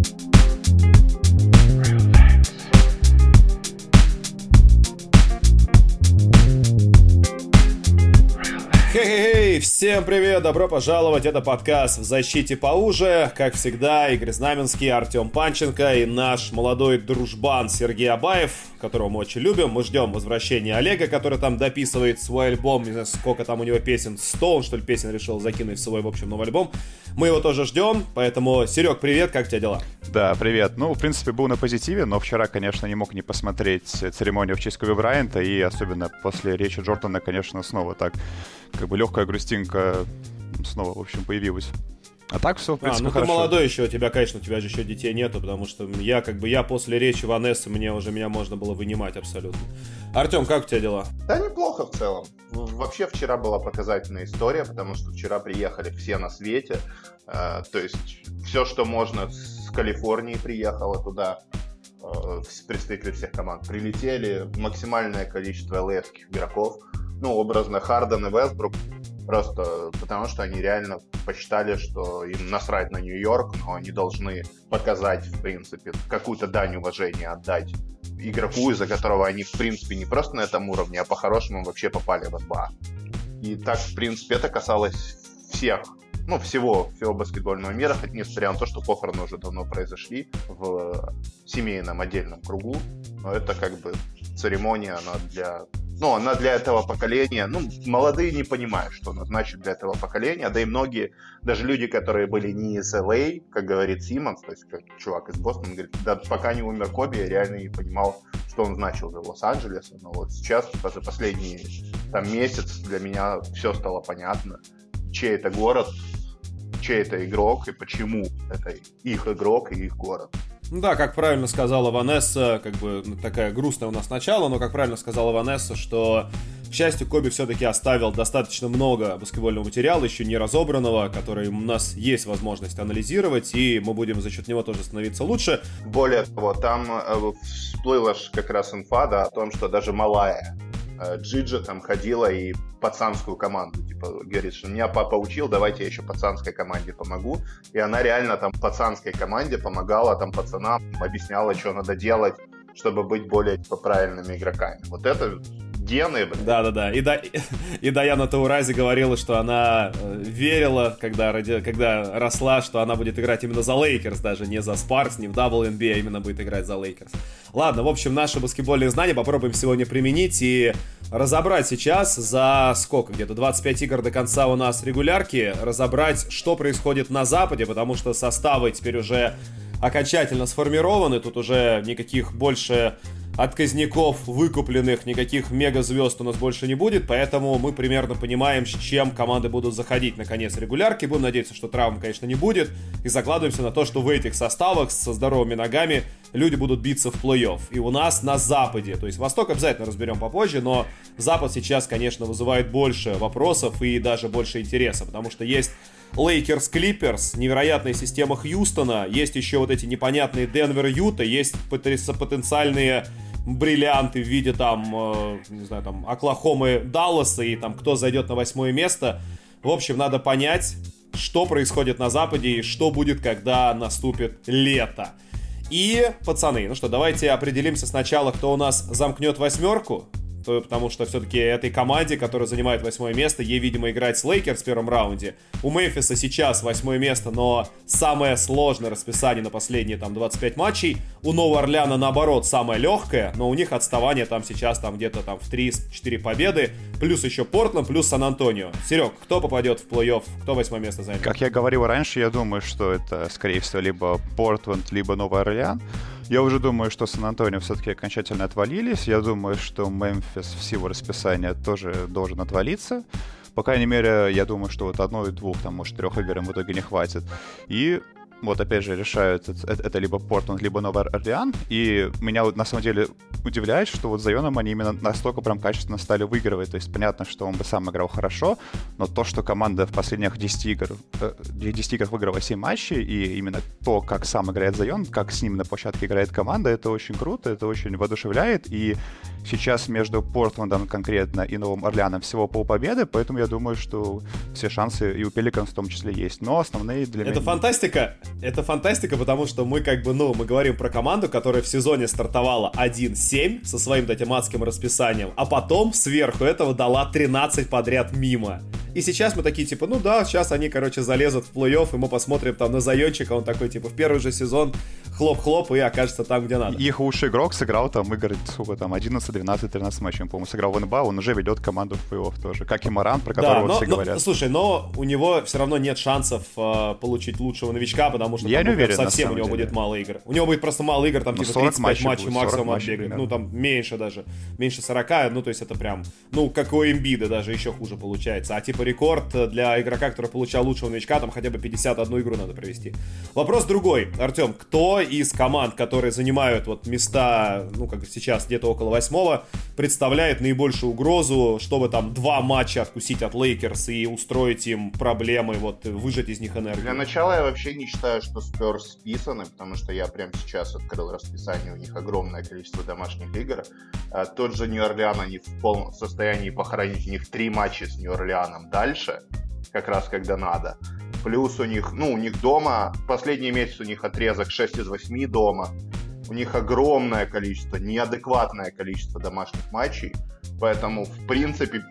Хей-хей-хей, всем привет, добро пожаловать, это подкаст «В защите поуже». Как всегда, Игорь Знаменский, Артем Панченко и наш молодой дружбан Сергей Абаев, которого мы очень любим. Мы ждем возвращения Олега, который там дописывает свой альбом, не знаю, сколько там у него песен, 100 он, что ли, песен решил закинуть в свой, в общем, новый альбом. Мы его тоже ждем, поэтому, Серег, привет, как у тебя дела? Да, привет. Ну, в принципе, был на позитиве, но вчера, конечно, не мог не посмотреть церемонию в честь Коби Брайанта, и особенно после речи Джордана, конечно, снова так, как бы легкая грустинка снова, в общем, появилась. А так все, в принципе, хорошо. Ты молодой еще, у тебя же еще детей нету, потому что я после речи Ванессы, меня можно было вынимать абсолютно. Артем, как у тебя дела? Да, неплохо в целом. Вообще вчера была показательная история, потому что вчера приехали все на свете. То есть все, что можно, с Калифорнии приехало туда. Представители всех команд прилетели. Максимальное количество ЛАских игроков. Ну, образно, Харден и Вестбрук. Просто потому, что они реально посчитали, что им насрать на Нью-Йорк, но они должны показать, в принципе, какую-то дань уважения отдать игроку, из-за которого они, в принципе, не просто на этом уровне, а по-хорошему вообще попали в НБА. И так, в принципе, это касалось всего баскетбольного мира, хоть несмотря на то, что похороны уже давно произошли в семейном отдельном кругу. Но это как бы церемония, она для этого поколения. Молодые не понимают, что она значит для этого поколения, да и многие, даже люди, которые были не из LA, как говорит Симмонс, то есть как чувак из Бостона, говорит, да, пока не умер Коби, я реально не понимал, что он значил для Лос-Анджелеса. Но вот сейчас, за последний месяц, для меня все стало понятно, чей это город, чей это игрок и почему это их игрок и их город. Да, как правильно сказала Ванесса, как бы такая грустная у нас начало, но как правильно сказала Ванесса, что, к счастью, Коби все-таки оставил достаточно много баскетбольного материала, еще не разобранного, который у нас есть возможность анализировать, и мы будем за счет него тоже становиться лучше. Более того, там всплыла как раз инфа, да, о том, что даже малая Джиджа там ходила и пацанскую команду, говорит, что меня папа учил, давайте я еще пацанской команде помогу, и она реально там пацанской команде помогала там пацанам, объясняла, что надо делать, чтобы быть более правильными игроками. Вот это гены, блин. Да. И Даяна Таурази говорила, что она верила, когда росла, что она будет играть именно за Лейкерс, даже не за Спаркс, не в WNBA, а именно будет играть за Лейкерс. Ладно, в общем, наши баскетбольные знания попробуем сегодня применить и разобрать сейчас за сколько? Где-то 25 игр до конца у нас регулярки, разобрать, что происходит на Западе, потому что составы теперь уже окончательно сформированы, тут уже никаких больше отказников выкупленных, никаких мегазвезд у нас больше не будет, поэтому мы примерно понимаем, с чем команды будут заходить на конец регулярки. Будем надеяться, что травм, конечно, не будет, и закладываемся на то, что в этих составах со здоровыми ногами люди будут биться в плей-офф. И у нас на Западе, то есть Восток обязательно разберем попозже, но Запад сейчас, конечно, вызывает больше вопросов и даже больше интереса, потому что есть Лейкерс, Клиперс, невероятная система Хьюстона, есть еще вот эти непонятные Денвер, Юта, есть потенциальные бриллианты в виде Оклахомы, Далласа и там кто зайдет на 8 место. В общем, надо понять, что происходит на Западе и что будет, когда наступит лето. И, пацаны, давайте определимся сначала, кто у нас замкнет 8, потому что все-таки этой команде, которая занимает 8 место, ей, видимо, играть с Лейкерс в первом раунде. У Мемфиса сейчас 8 место, но самое сложное расписание на последние 25 матчей. У Нового Орлеана, наоборот, самое легкое, но у них отставание сейчас где-то в 3-4 победы, плюс еще Портленд, плюс Сан-Антонио. Серег, кто попадет в плей-офф, кто 8 место займет? Как я говорил раньше, я думаю, что это, скорее всего, либо Портленд, либо Новый Орлеан. Я уже думаю, что Сан-Антонио все-таки окончательно отвалились. Я думаю, что Мемфис в силу расписания тоже должен отвалиться. По крайней мере, я думаю, что вот 1, 2, может 3 игр им в итоге не хватит. И вот опять же решают, это либо Портленд, либо Новый Орлеан. И меня на самом деле удивляет, что вот с Зайоном они именно настолько прям качественно стали выигрывать. То есть понятно, что он бы сам играл хорошо, но то, что команда в последних 10 играх выиграла 7 матчей, и именно то, как сам играет Зайон, как с ним на площадке играет команда, это очень круто, это очень воодушевляет. И сейчас между Портландом конкретно и Новым Орлеаном всего полпобеды, поэтому я думаю, что все шансы и у Пеликанс в том числе есть. Но основные для меня... Это фантастика, потому что мы мы говорим про команду, которая в сезоне стартовала 1-7 со своим этим адским расписанием, а потом сверху этого дала 13 подряд мимо. И сейчас мы такие, типа, сейчас они, залезут в плей-офф, и мы посмотрим там на Зайончика, он такой, типа, в первый же сезон хлоп-хлоп, и окажется там, где надо. Их лучший игрок сыграл там игр, 11, 12, 13 матчей, по-моему, сыграл в НБА, он уже ведет команду в плей-офф тоже, как и Моран, про которого все говорят. Слушай, но у него все равно нет шансов получить лучшего новичка, потому что я не уверен, совсем у него будет мало игр. У него будет просто мало игр, там, типа, 35 матчей максимум отбегать. Там, меньше даже, меньше 40, то есть это прям, как у Эмбида даже еще хуже получается. А, типа, рекорд для игрока, который получал лучшего новичка, там хотя бы 51 игру надо провести. Вопрос другой. Артем, кто из команд, которые занимают места, как сейчас где-то около 8-го, представляет наибольшую угрозу, чтобы там 2 матча откусить от Лейкерс и устроить им проблемы, выжать из них энергию? Для начала я вообще не считаю, что Спёрс списаны, потому что я прямо сейчас открыл расписание, у них огромное количество домашних игр. Тот же Нью-Орлеан, они в полном состоянии похоронить, у них 3 матча с Нью-Орлеаном дальше, как раз когда надо. Плюс у них дома, последний месяц у них отрезок 6 из 8 дома. У них огромное количество, неадекватное количество домашних матчей. Поэтому, в принципе,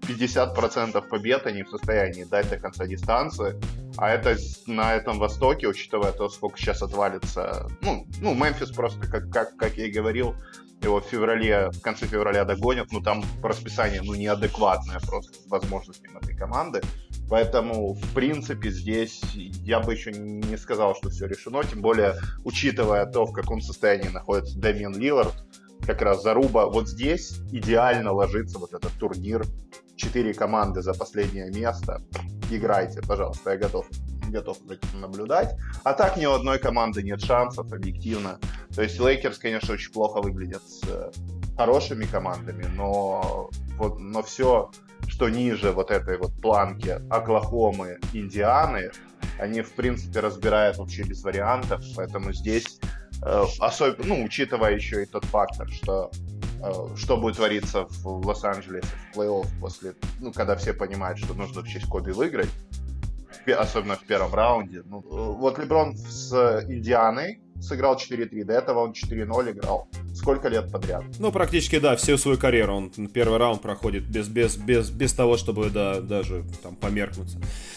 50% побед они в состоянии дать до конца дистанции. А это на этом Востоке, учитывая то, сколько сейчас отвалится... Мемфис просто, как я и говорил, его в конце февраля догонят. Там по расписанию неадекватная просто возможностям этой команды. Поэтому, в принципе, здесь я бы еще не сказал, что все решено. Тем более, учитывая то, в каком состоянии находится Дэмиан Лиллард, как раз заруба. Вот здесь идеально ложится этот турнир. 4 команды за последнее место. Играйте, пожалуйста, я готов за этим наблюдать. А так ни у одной команды нет шансов, объективно. То есть Лейкерс, конечно, очень плохо выглядят с хорошими командами, но все, что ниже этой планки Оклахомы, Индианы, они, в принципе, разбирают вообще без вариантов. Поэтому здесь, особенно, учитывая еще и тот фактор, что будет твориться в Лос-Анджелесе в плей-офф после, когда все понимают, что нужно в честь Коби выиграть, особенно в первом раунде. Леброн с Индианой сыграл 4-3, до этого он 4-0 играл. Сколько лет подряд? Практически, да, всю свою карьеру он первый раунд проходит без того, чтобы даже там померкнуться.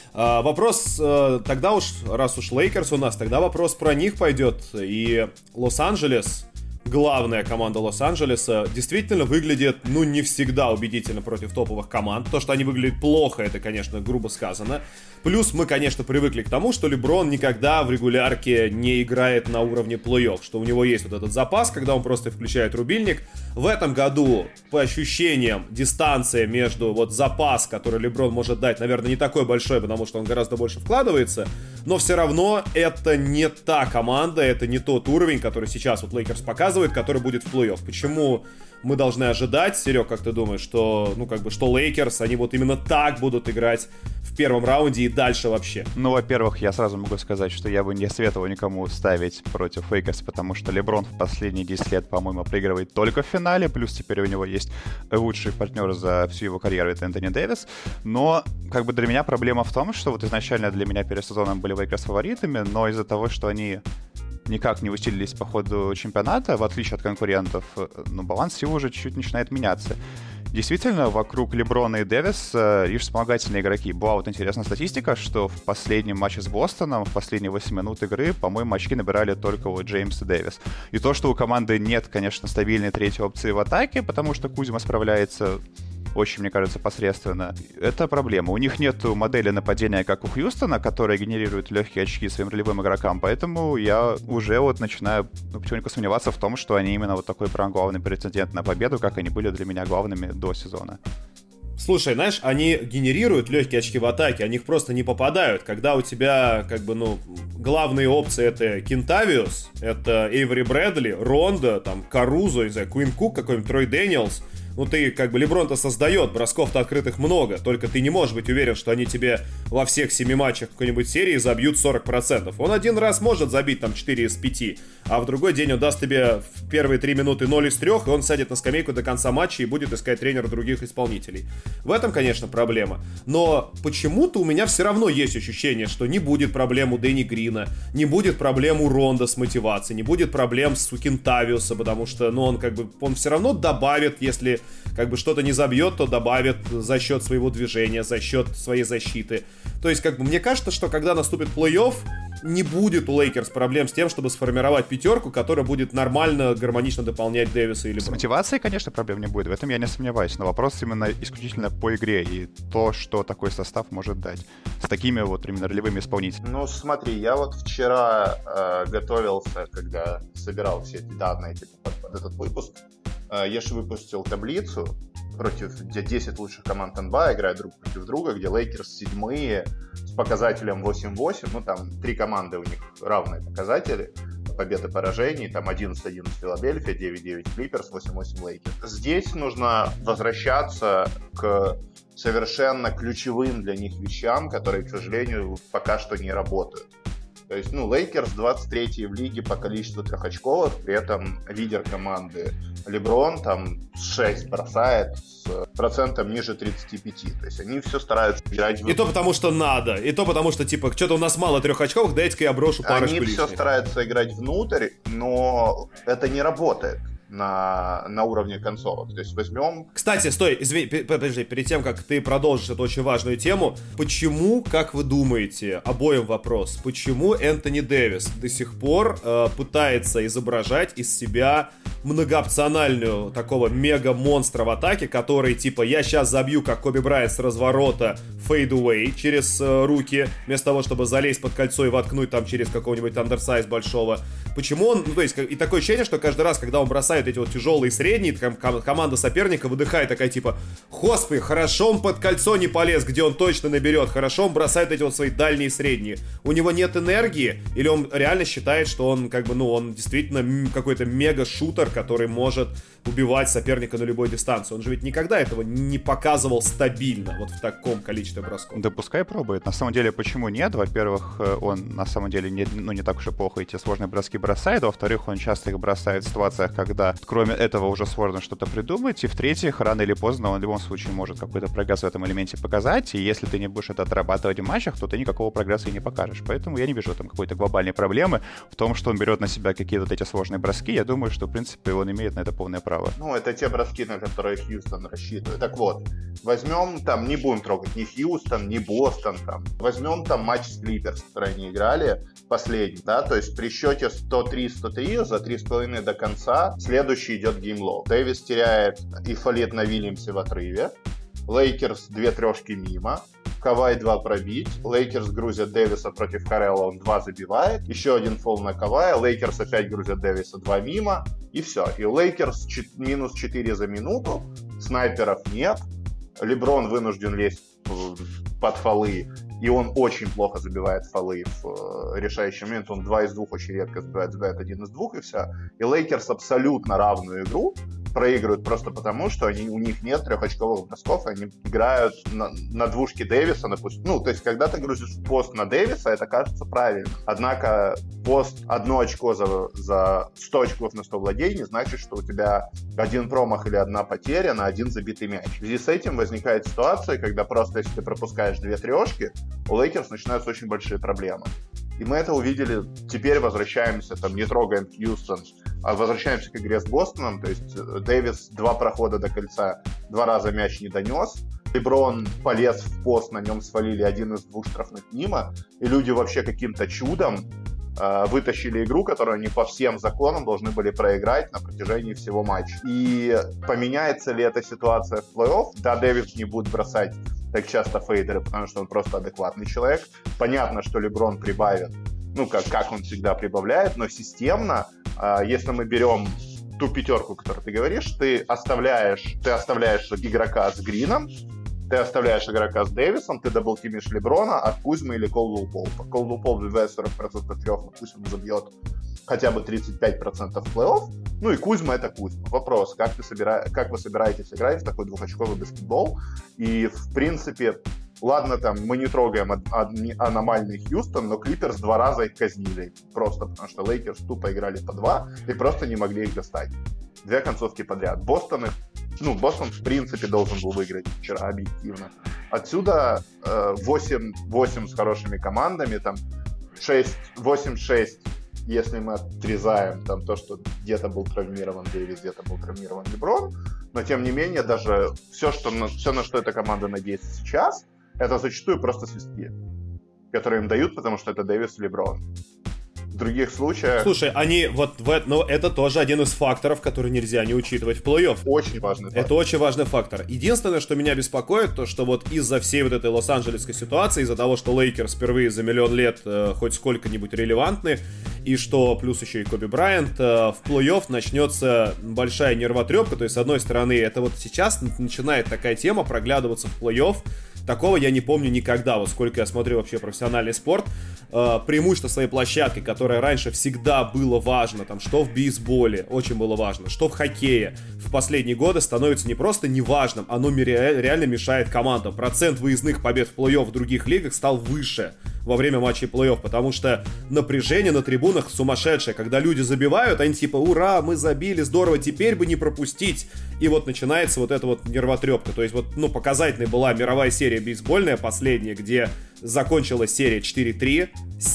Вопрос, тогда раз уж Лейкерс у нас, тогда вопрос про них пойдет. И Лос-Анджелес, главная команда Лос-Анджелеса, действительно выглядит, не всегда убедительно против топовых команд. То, что они выглядят плохо, это, конечно, грубо сказано. Плюс мы, конечно, привыкли к тому, что Леброн никогда в регулярке не играет на уровне плей-офф, что у него есть этот запас, когда он просто включает рубильник. В этом году, по ощущениям, дистанция между запас, который Леброн может дать, наверное, не такой большой, потому что он гораздо больше вкладывается, но все равно это не та команда, это не тот уровень, который сейчас Лейкерс показывает, который будет в плей-офф. Почему мы должны ожидать, Серег, как ты думаешь, что, что Лейкерс, они именно так будут играть в первом раунде и дальше вообще? Во-первых, я сразу могу сказать, что я бы не советовал никому ставить против Лейкерс, потому что Леброн в последние 10 лет, по-моему, проигрывает только в финале, плюс теперь у него есть лучший партнер за всю его карьеру, это Энтони Дэвис. Но, для меня проблема в том, что изначально для меня перед сезоном были Лейкерс фаворитами, но из-за того, что они никак не усилились по ходу чемпионата, в отличие от конкурентов, баланс сил уже чуть-чуть начинает меняться. Действительно, вокруг Леброна и Дэвиса лишь вспомогательные игроки. Была интересная статистика, что в последнем матче с Бостоном, в последние 8 минут игры, по-моему, очки набирали только Джеймс и Дэвис. И то, что у команды нет, конечно, стабильной третьей опции в атаке, потому что Кузьма справляется очень, мне кажется, посредственно. Это проблема. У них нет модели нападения, как у Хьюстона, которая генерирует легкие очки своим ролевым игрокам, поэтому я уже начинаю потихоньку сомневаться в том, что они именно такой прям главный претендент на победу, как они были для меня главными до сезона. Слушай, знаешь, они генерируют легкие очки в атаке, они их просто не попадают. Когда у тебя, главные опции это Кентавиус, это Эйвори Брэдли, Рондо, там, Карузо, не знаю, Куин Кук какой-нибудь, Трой Дэниелс. Ты, Леброн-то создает, бросков-то открытых много, только ты не можешь быть уверен, что они тебе во всех 7 матчах какой-нибудь серии забьют 40%. Он один раз может забить там 4 из 5, а в другой день он даст тебе в первые 3 минуты 0 из 3, и он сядет на скамейку до конца матча и будет искать тренера других исполнителей. В этом, конечно, проблема. Но почему-то у меня все равно есть ощущение, что не будет проблем у Дэнни Грина, не будет проблем у Ронда с мотивацией, не будет проблем с Кентавиуса, потому что, он все равно добавит, если что-то не забьет, то добавит за счет своего движения, за счет своей защиты. То есть, мне кажется, что когда наступит плей-офф, не будет у Лейкерс проблем с тем, чтобы сформировать пятерку, которая будет нормально, гармонично дополнять Дэвиса или Браун. С мотивацией, конечно, проблем не будет, в этом я не сомневаюсь, но вопрос именно исключительно по игре и то, что такой состав может дать с такими именно ролевыми исполнителями. Смотри, я вчера готовился, когда собирал все эти данные под этот выпуск. Я же выпустил таблицу, где 10 лучших команд НБА играют друг против друга, где Лейкерс седьмые с показателем 8-8, там 3 команды у них равные показатели, победы, поражений, там 11-11 Филадельфия, 9-9 Клиперс, 8-8 Лейкерс. Здесь нужно возвращаться к совершенно ключевым для них вещам, которые, к сожалению, пока что не работают. То есть, Лейкерс 23-й в лиге по количеству трехочковых, при этом лидер команды Леброн там 6 бросает с процентом ниже 35. То есть они все стараются играть в... И то потому что надо, и то потому что, что-то у нас мало трехочковых, дайте-ка я брошу парочку лишних. Они все стараются играть внутрь, но это не работает на уровне консолок. То есть возьмем... Кстати, стой, извини, подожди, перед тем, как ты продолжишь эту очень важную тему, почему, как вы думаете, обоим вопрос, почему Энтони Дэвис до сих пор пытается изображать из себя многоопциональную такого мега-монстра в атаке, который я сейчас забью, как Коби Брайант с разворота, фейд-эвэй через руки, вместо того, чтобы залезть под кольцо и воткнуть там через какого-нибудь андерсайз большого. Почему он, и такое ощущение, что каждый раз, когда он бросает эти тяжелые средние, команда соперника выдыхает такая господи, хорошо он под кольцо не полез, где он точно наберет, хорошо он бросает эти свои дальние средние. У него нет энергии, или он реально считает, что он он действительно какой-то мега-шутер, который может убивать соперника на любой дистанции. Он же ведь никогда этого не показывал стабильно, в таком количестве бросков. Да пускай пробует. На самом деле, почему нет? Во-первых, он на самом деле не так уж и плохо эти сложные броски бросает. Во-вторых, он часто их бросает в ситуациях, когда кроме этого уже сложно что-то придумать. И в-третьих, рано или поздно он в любом случае может какой-то прогресс в этом элементе показать. И если ты не будешь это отрабатывать в матчах, то ты никакого прогресса и не покажешь. Поэтому я не вижу там какой-то глобальной проблемы в том, что он берет на себя какие-то эти сложные броски. Я думаю, что в принципе он имеет на это полное право. Это те броски, на которые Хьюстон рассчитывает. Так вот, возьмем не будем трогать ни Хьюстон, ни Бостон, возьмем матч с Клиперс, который они играли последний, то есть при счете 103-103 за 3,5 до конца следующий идет геймлоу. Дэвис теряет и фолит на Вильямсе в отрыве, Лейкерс 2 трешки мимо, Кавай 2 пробить, Лейкерс грузят Дэвиса против Харрелла, он 2 забивает, еще один фол на Кавая, Лейкерс опять грузят Дэвиса 2 мимо, и все. И Лейкерс минус 4 за минуту, снайперов нет, Леброн вынужден лезть под фолы, и он очень плохо забивает фолы в решающий момент, он 2 из 2 очень редко забивает 1 из 2, и все. И Лейкерс абсолютно равную игру проигрывают просто потому, что у них нет трехочковых бросков, и они играют на двушке Дэвиса, то есть, когда ты грузишь пост на Дэвиса, это кажется правильно. Однако пост 1 очко за 100 очков на 100 владений значит, что у тебя 1 промах или 1 потеря на 1 забитый мяч. В связи с этим возникает ситуация, когда просто если ты пропускаешь 2 трешки, у Лейкерс начинаются очень большие проблемы. И мы это увидели, теперь возвращаемся, не трогаем Хьюстон, а возвращаемся к игре с Бостоном, то есть Дэвис 2 прохода до кольца, 2 раза мяч не донес, Леброн полез в пост, на нем свалили 1 из 2 штрафных мимо, и люди вообще каким-то чудом вытащили игру, которую они по всем законам должны были проиграть на протяжении всего матча. И поменяется ли эта ситуация в плей-офф? Да, Дэвис не будет бросать так часто фейдеры, потому что он просто адекватный человек. Понятно, что Леброн прибавит, как он всегда прибавляет, но системно, если мы берем ту пятерку, которую ты говоришь, ты оставляешь игрока с Грином, Ты оставляешь игрока с Дэвисом, ты даблтимишь Леброна от Кузьмы или Колдуэлл Поупа. Колдуэлл Поуп забивает 40% трёх, пусть он забьет хотя бы 35% в плей-офф. Ну и Кузьма — это Кузьма. Вопрос, как вы собираетесь играть в такой двухочковый баскетбол? И, в принципе, ладно, там, мы не трогаем аномальный Хьюстон, но Клиперс 2 раза их казнили. Просто потому что Лейкерс тупо играли по 2 и просто не могли их достать. 2 концовки подряд. Бостон, в принципе, должен был выиграть вчера, объективно. Отсюда 8 с хорошими командами, там 8-6, если мы отрезаем там то, что где-то был травмирован Дэвис, где-то был травмирован Леброн, но тем не менее даже все, на что эта команда надеется сейчас, это зачастую просто свистки, которые им дают, потому что это Дэвис и Леброн. В других случаях... Слушай, они но это тоже один из факторов, который нельзя не учитывать в плей-офф. Очень важный фактор. Это очень важный фактор. Единственное, что меня беспокоит, то что вот из-за всей вот этой лос-анджелесской ситуации, из-за того, что Лейкерс впервые за миллион лет хоть сколько-нибудь релевантны, и что плюс еще и Коби Брайант, в плей-офф начнется большая нервотрепка. То есть, с одной стороны, это вот сейчас начинает такая тема проглядываться в плей-офф. Такого я не помню никогда, вот сколько я смотрю вообще профессиональный спорт. Преимущество своей площадки, которое раньше всегда было важно, там, что в бейсболе очень было важно, что в хоккее, в последние годы становится не просто неважным, оно реально мешает командам. Процент выездных побед в плей-офф в других лигах стал выше во время матчей плей-офф, потому что напряжение на трибунах сумасшедшее. Когда люди забивают, они типа: ура, мы забили, здорово, теперь бы не пропустить. И вот начинается вот эта вот нервотрепка. То есть вот, показательной была мировая серия бейсбольная последняя, где закончилась серия 4-3,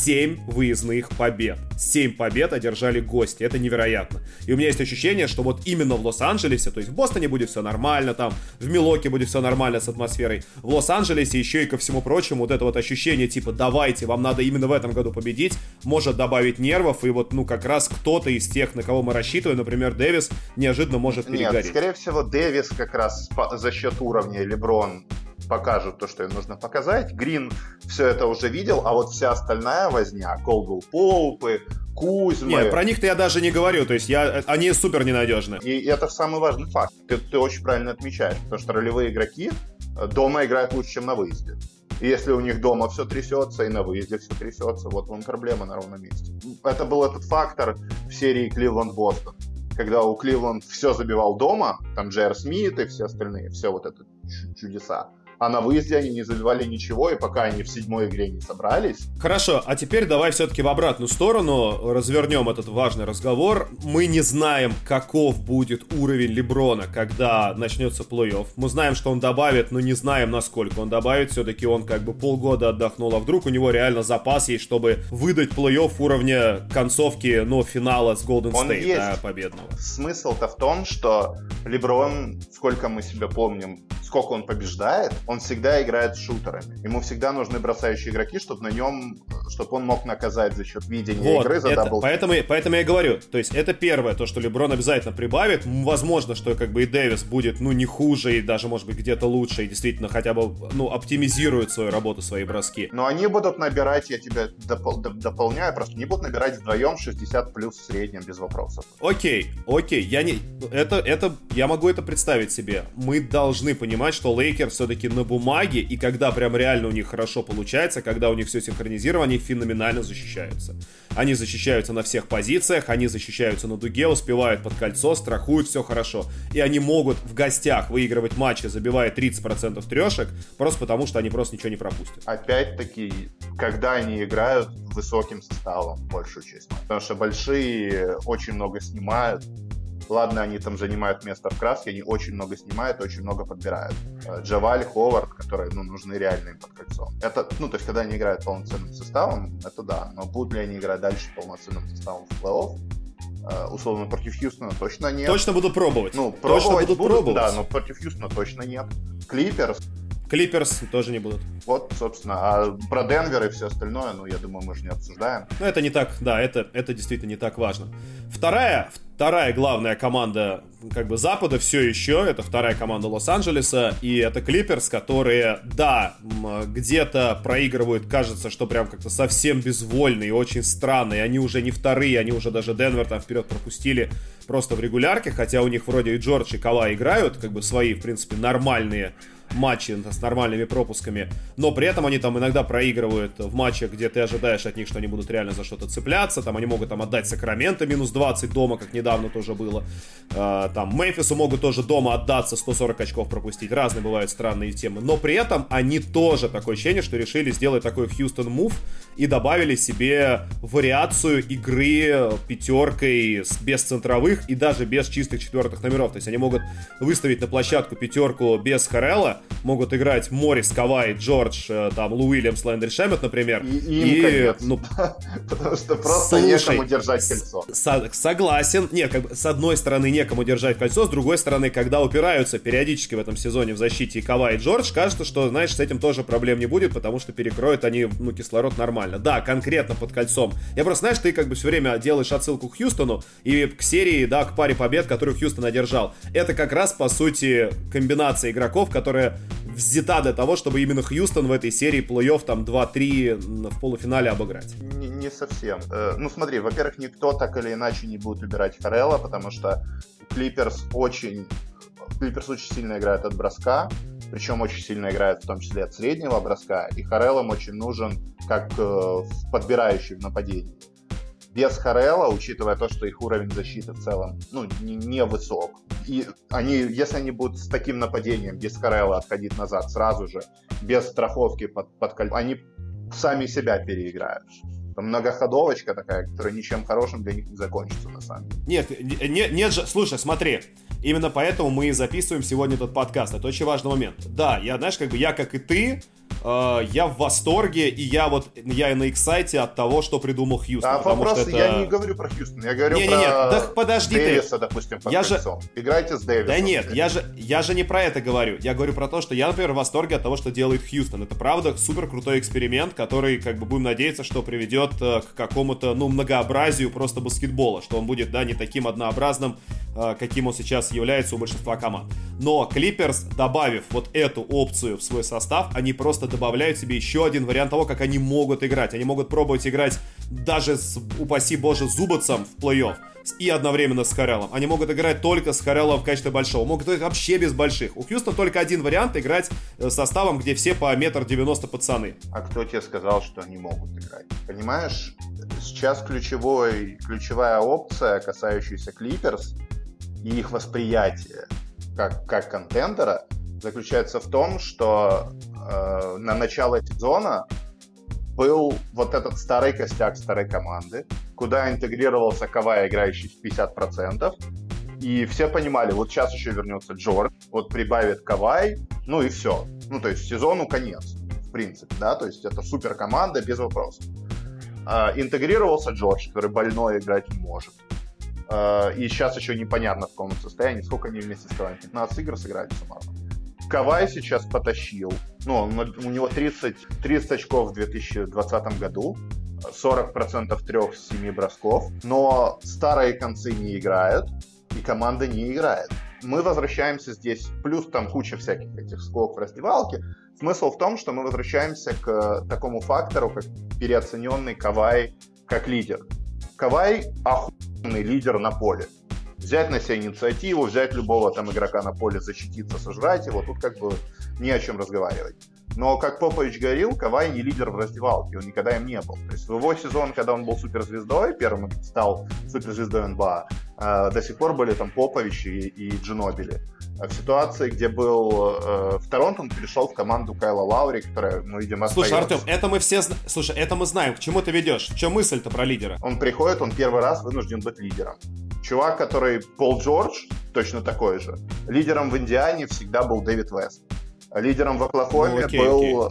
7 выездных побед. 7 побед одержали гости, это невероятно. И у меня есть ощущение, что вот именно в Лос-Анджелесе, то есть в Бостоне будет все нормально, там в Милуоки будет все нормально с атмосферой, в Лос-Анджелесе еще и ко всему прочему вот это вот ощущение типа: давайте, вам надо именно в этом году победить, может добавить нервов, и вот, как раз кто-то из тех, на кого мы рассчитываем, например, Дэвис, неожиданно может перегореть. Нет, скорее всего, Дэвис как раз за счет уровня, Леброн покажут то, что им нужно показать. Грин все это уже видел, а вот вся остальная возня, Колдуэлл Поупы, Кузьмы... Нет, про них-то я даже не говорю, то есть они супер ненадежны. И это самый важный факт. Ты очень правильно отмечаешь, потому что ролевые игроки дома играют лучше, чем на выезде. И если у них дома все трясется, и на выезде все трясется, вот вам проблема на ровном месте. Это был этот фактор в серии Кливленд-Бостон, когда у Кливленд все забивал дома, там Джейр Смит и все остальные, все вот это чудеса. А на выезде они не забивали ничего, и пока они в 7-й игре не собрались... Хорошо, а теперь давай все-таки в обратную сторону развернем этот важный разговор. Мы не знаем, каков будет уровень Леброна, когда начнется плей-офф. Мы знаем, что он добавит, но не знаем, насколько он добавит. Все-таки он как бы полгода отдохнул, а вдруг у него реально запас есть, чтобы выдать плей-офф уровня концовки, финала с Golden State, да, победного. Смысл-то в том, что Леброн, сколько мы себя помним, сколько он побеждает, он всегда играет с шутерами. Ему всегда нужны бросающие игроки, чтобы он мог наказать за счет видения игры за дабл. Поэтому я и говорю, то есть это первое, то, что Леброн обязательно прибавит. Возможно, что как бы и Дэвис будет, не хуже, и даже, может быть, где-то лучше, и действительно хотя бы, оптимизирует свою работу, свои броски. Но они будут набирать, я тебя дополняю, просто они будут набирать вдвоем 60 плюс в среднем, без вопросов. Окей, я могу это представить себе. Мы должны понимать, что Лейкерс все-таки на бумаге, и когда прям реально у них хорошо получается, когда у них все синхронизировано, они феноменально защищаются. Они защищаются на всех позициях, они защищаются на дуге, успевают под кольцо, страхуют, все хорошо. И они могут в гостях выигрывать матчи, забивая 30% трешек, просто потому, что они просто ничего не пропустят. Опять-таки, когда они играют высоким составом, большую часть. Потому что большие очень много снимают. Ладно, они там занимают место в краске, они очень много снимают, очень много подбирают. Джаваль, Ховард, которые, нужны реально им под кольцом. Это, то есть, когда они играют полноценным составом, это да. Но будут ли они играть дальше полноценным составом в плей-офф? Условно, против Хьюстона точно нет. Точно буду пробовать. Пробовать будут, да, но против Хьюстона точно нет. Клиперс тоже не будут. Вот, собственно, а про Денвер и все остальное, я думаю, мы же не обсуждаем. Это не так, да, это действительно не так важно. Вторая главная команда как бы Запада все еще, это вторая команда Лос-Анджелеса, и это Клиперс, которые, да, где-то проигрывают, кажется, что прям как-то совсем безвольные, очень странные, они уже не вторые, они уже даже Денвер там вперед пропустили просто в регулярке, хотя у них вроде и Джордж, и Кавай играют, как бы свои, в принципе, нормальные матчи с нормальными пропусками, но при этом они там иногда проигрывают в матчах, где ты ожидаешь от них, что они будут реально за что-то цепляться, там они могут там отдать Сакраменто минус 20 дома, как недавно тоже было, там Мемфису могут тоже дома отдаться, 140 очков пропустить, разные бывают странные темы, но при этом они тоже, такое ощущение, что решили сделать такой Хьюстон мув и добавили себе вариацию игры пятеркой без центровых и даже без чистых четвертых номеров, то есть они могут выставить на площадку пятерку без Харрелла, могут играть Моррис, Кавай, Джордж, там, Лу Уильямс, Лэндри Шемет, например. И ну, потому что просто некому держать кольцо. Согласен. Нет, как бы, с одной стороны, некому держать кольцо, с другой стороны, когда упираются периодически в этом сезоне в защите и Кавай, и Джордж, кажется, что, знаешь, с этим тоже проблем не будет, потому что перекроют они, ну, кислород нормально. Да, конкретно под кольцом. Я просто, знаешь, ты как бы все время делаешь отсылку к Хьюстону и к серии, да, к паре побед, которую Хьюстон одержал. Это как раз, по сути, комбинация игроков, которая взята для того, чтобы именно Хьюстон в этой серии плей-офф там 2-3 в полуфинале обыграть. Не совсем. Ну смотри, во-первых, никто так или иначе не будет убирать Харрелла, потому что Клиперс очень сильно играют от броска, причем очень сильно играют в том числе от среднего броска, и Харрелл им очень нужен как подбирающий в нападении. Без Харрелла, учитывая то, что их уровень защиты в целом, ну, не высок. И если они будут с таким нападением без Харрелла отходить назад сразу же, без страховки под кольцо, они сами себя переиграют. Там многоходовочка такая, которая ничем хорошим для них не закончится, на самом деле. Нет же, слушай, смотри. Именно поэтому мы и записываем сегодня этот подкаст. Это очень важный момент. Да, я, знаешь, как бы я, как и ты, я в восторге, и я и на эксайте от того, что придумал Хьюстон. А вопрос, это... я не говорю про Хьюстон, я говорю про Дэвиса, допустим, под кольцом. Играйте с Дэвисом. Да нет, я же не про это говорю. Я говорю про то, что я, например, в восторге от того, что делает Хьюстон. Это, правда, супер крутой эксперимент, который, как бы, будем надеяться, что приведет к какому-то, ну, многообразию просто баскетбола, что он будет, да, не таким однообразным, каким он сейчас является у большинства команд. Но Клиперс, добавив вот эту опцию в свой состав, они просто добавляют себе еще один вариант того, как они могут играть. Они могут пробовать играть даже с, упаси боже, Зубацем в плей-офф и одновременно с Харреллом. Они могут играть только с Харреллом в качестве большого. Могут играть вообще без больших. У Хьюстона только один вариант — играть составом, где все по 1,90 м пацаны. А кто тебе сказал, что они могут играть? Понимаешь, сейчас ключевая опция, касающаяся Клиперс и их восприятие как контендера, заключается в том, что на начало сезона был вот этот старый костяк старой команды, куда интегрировался Кавай, играющий в 50%, и все понимали, вот сейчас еще вернется Джордж, вот прибавит Кавай, ну и все. Ну, то есть сезону конец, в принципе, да, то есть это супер команда, без вопросов. Интегрировался Джордж, который больной играть не может. И сейчас еще непонятно, в каком состоянии, сколько они вместе с Каваем, 15 игр сыграли суммарно. Кавай сейчас потащил, ну, у него 30 очков в 2020 году, 40% 3 с 7 бросков, но старые концы не играют, и команда не играет. Мы возвращаемся здесь, плюс там куча всяких этих склок в раздевалке. Смысл в том, что мы возвращаемся к такому фактору, как переоцененный Кавай как лидер. Кавай охуенный лидер на поле. Взять на себя инициативу, взять любого там игрока на поле, защититься, сожрать его, тут как бы не о чем разговаривать. Но, как Попович говорил, Кавай не лидер в раздевалке, он никогда им не был. То есть в его сезон, когда он был суперзвездой, первым стал суперзвездой НБА, до сих пор были там Попович и Джинобили. В ситуации, где был в Торонто, он перешел в команду Кайла Лаури, которая, ну, видимо, Слушай, Артем, это мы все Слушай, это мы знаем. К чему ты ведешь? В чем мысль-то про лидера? Он приходит, он первый раз вынужден быть лидером. Чувак, который Пол Джордж, точно такой же. Лидером в Индиане всегда был Дэвид Вест. Лидером в Оклахоме был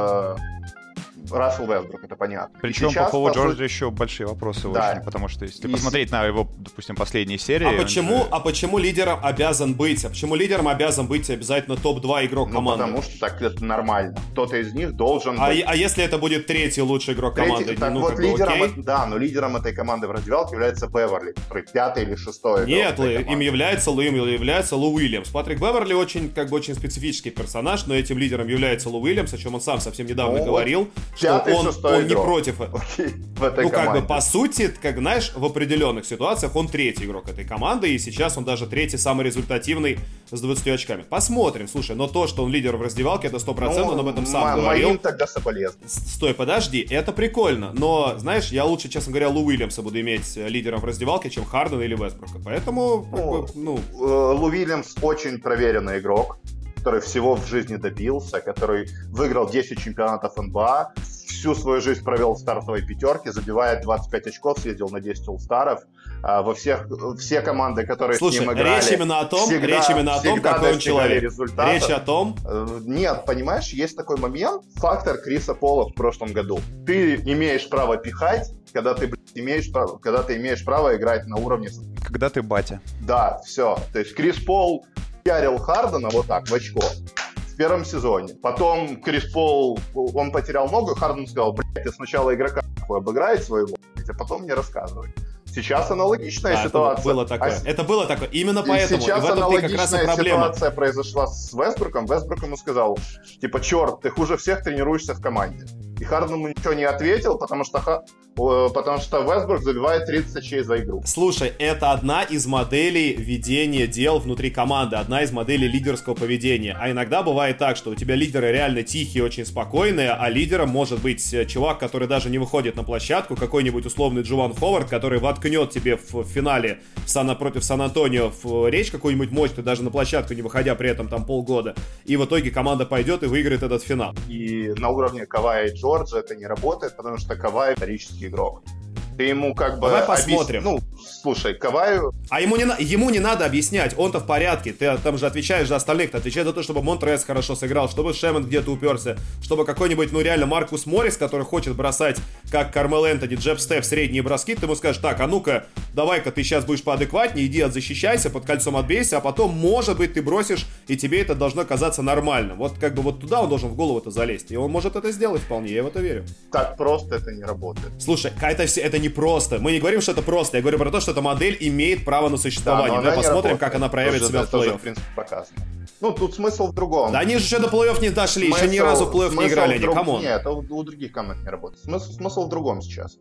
Рассел Вестбрук, это понятно. Причем по Полу Джорджу еще большие вопросы, да, очень, потому что если посмотреть на его, допустим, последние серии... Почему лидером обязан быть? А почему лидером обязан быть обязательно топ-2 игрок команды? Потому что так это нормально. Кто-то из них должен быть... А если это будет третий лучший игрок команды? Так вот, лидером, да, но лидером этой команды в раздевалке является Беверли, который 5-й или 6-й. Нет, им является Лу Уильямс. Патрик Беверли очень специфический персонаж, но этим лидером является Лу Уильямс, о чем он сам совсем недавно говорил, что он не против. Окей, в этой ну, как команде. бы, по сути, как знаешь, в определенных ситуациях он третий игрок этой команды, и сейчас он даже третий самый результативный с 20 очками. Посмотрим, слушай, но то, что он лидер в раздевалке, это 100%, он об этом сам говорил. Моим тогда соболезную. Стой, подожди, это прикольно, но, знаешь, я лучше, честно говоря, Лу Уильямса буду иметь лидером в раздевалке, чем Хардена или Вестбрука, поэтому, Лу Уильямс очень проверенный игрок, который всего в жизни добился, который выиграл 10 чемпионатов НБА, всю свою жизнь провел в стартовой пятерке, забивает 25 очков, съездил на 10 All-Star'ов. Все команды, которые слушай, с ним играли... Речь именно о том, какой он человек. Результатов. Речь о том... Нет, понимаешь, есть такой момент, фактор Криса Пола в прошлом году. Ты имеешь право пихать, когда ты имеешь право играть на уровне... Когда ты батя. Да, все. То есть Крис Пол пиарил Хардена вот так, в очко. В первом сезоне. Потом Крис Пол, он потерял ногу, и Харден сказал, ты сначала игрока обыграй своего, а потом мне рассказывай. Сейчас аналогичная ситуация. Это было такое. Именно поэтому. Сейчас и в этом аналогичная как раз и проблема. Ситуация произошла с Вестбруком. Вестбрук ему сказал, типа, черт, ты хуже всех тренируешься в команде. И Харден ему ничего не ответил, потому что Вестбрук забивает 30 очей за игру. Слушай, это одна из моделей ведения дел внутри команды, одна из моделей лидерского поведения. А иногда бывает так, что у тебя лидеры реально тихие, очень спокойные, а лидером может быть чувак, который даже не выходит на площадку, какой-нибудь условный Джован Ховард, который воткнет тебе в финале против Сан-Антонио в речь какую-нибудь мощную, даже на площадку не выходя при этом там полгода. И в итоге команда пойдет и выиграет этот финал. И на уровне Кавая и Джорджа это не работает, потому что Кавай исторический игрок. Ты ему как бы... Давай посмотрим. Слушай, Каваю... А ему не надо объяснять, он-то в порядке. Ты там же отвечаешь за остальных. Ты отвечаешь за то, чтобы Монтрез хорошо сыграл, чтобы Шемон где-то уперся, чтобы какой-нибудь, реально Маркус Моррис, который хочет бросать, как Кармел Энтони, джеб-степ, средние броски, ты ему скажешь, так, а ну-ка, давай-ка ты сейчас будешь поадекватнее, иди отзащищайся, под кольцом отбейся, а потом, может быть, ты бросишь, и тебе это должно казаться нормальным. Вот как бы вот туда он должен в голову-то залезть. И он может это сделать вполне, я в это верю. Так просто это не работает. Слушай, это не просто. Мы не говорим, что это просто. Я говорю про то, что эта модель имеет право на существование. Давай посмотрим, как она проявит себя в плей-офф. Это в принципе, показано. Тут смысл в другом. Да они же еще до плей-офф не дошли, еще ни разу в плей-офф не играли они, камон. Нет, у других команд не работает. Смысл в другом сейчас.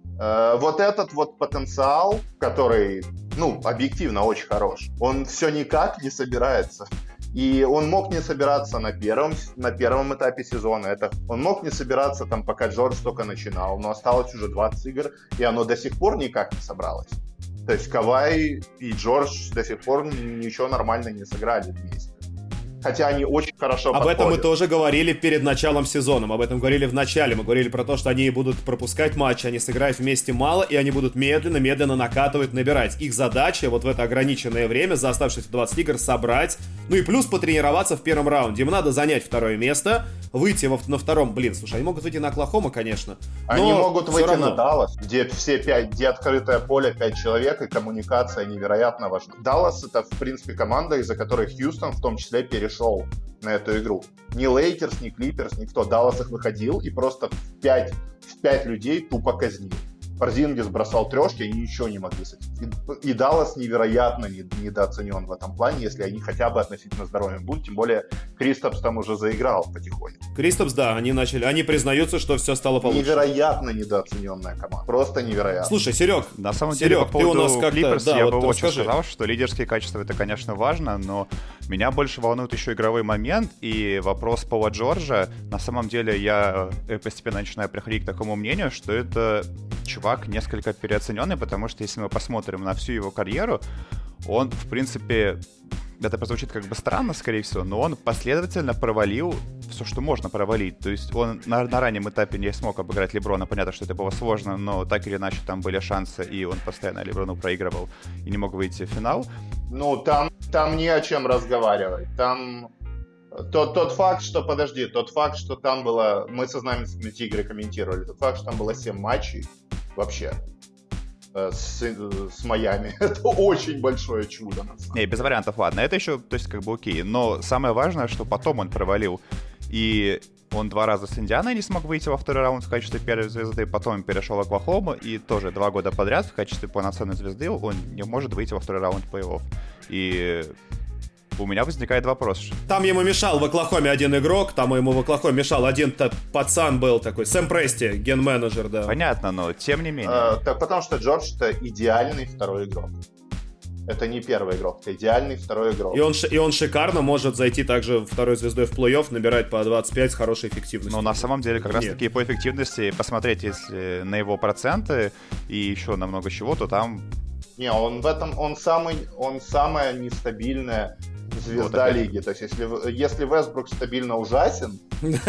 Вот этот вот потенциал, который, объективно очень хорош, он все никак не собирается. И он мог не собираться на первом этапе сезона. Он мог не собираться там, пока Джордж только начинал. Но осталось уже 20 игр, и оно до сих пор никак не собралось. То есть Кавай и Джордж до сих пор ничего нормально не сыграли вместе. Хотя они очень хорошо подходят. Об этом мы тоже говорили перед началом сезона. Об этом говорили в начале. Мы говорили про то, что они будут пропускать матчи, они сыграют вместе мало, и они будут медленно накатывать, набирать. Их задача вот в это ограниченное время за оставшиеся 20 игр собрать, и плюс потренироваться в первом раунде. Им надо занять второе место, выйти на втором. Слушай, они могут выйти на Оклахому, конечно. Они могут выйти на Даллас, где где открытое поле 5 человек, и коммуникация невероятно важна. Даллас — это, в принципе, команда, из-за которой Хьюстон в том числе перешел на эту игру. Ни Лейкерс, ни Клиперс, никто. Даллас их выходил и просто в 5 людей тупо казнил. Порзингис бросал трешки, они ничего не могли с этим. И Даллас невероятно недооценен в этом плане, если они хотя бы относительно здоровыми будут. Тем более Кристопс там уже заиграл потихоньку. Кристопс, да, они признаются, что все стало получше. Невероятно недооцененная команда. Просто невероятно. Слушай, Серег, на самом деле, по поводу Клиперс я бы очень сказал, что лидерские качества это, конечно, важно, но меня больше волнует еще игровой момент и вопрос Пола Джорджа. На самом деле я постепенно начинаю приходить к такому мнению, что это чувак несколько переоцененный, потому что если мы посмотрим на всю его карьеру, он, в принципе, это прозвучит как бы странно, скорее всего, но он последовательно провалил все, что можно провалить. То есть он на раннем этапе не смог обыграть Леброна. Понятно, что это было сложно, но так или иначе там были шансы, и он постоянно Леброну проигрывал и не мог выйти в финал. Там не о чем разговаривать. Там тот факт, что там было... Мы со знаменитыми Тигры комментировали. Тот факт, что там было 7 матчей вообще с Майами. Это очень большое чудо. Не, без вариантов, ладно. Это еще, то есть, как бы окей. Но самое важное, что потом он провалил. И он 2 раза с Индианой не смог выйти во второй раунд в качестве первой звезды. Потом перешел в Оклахому. И тоже 2 года подряд в качестве полноценной звезды он не может выйти во второй раунд плей-офф. И у меня возникает вопрос. Там ему мешал в Оклахоме один игрок, там ему в Оклахоме мешал один пацан был такой, Сэм Прести, ген-менеджер, да. Понятно, но тем не менее. Так потому что Джордж — это идеальный второй игрок. Это не первый игрок, это идеальный второй игрок. И он шикарно может зайти также второй звездой в плей-офф, набирать по 25 с хорошей эффективностью. Но на самом деле как раз-таки по эффективности посмотреть, если на его проценты и еще на много чего, то там... Не, он в этом, он самая нестабильная звезда вот лиги. То есть если Вестбрук стабильно ужасен... Ну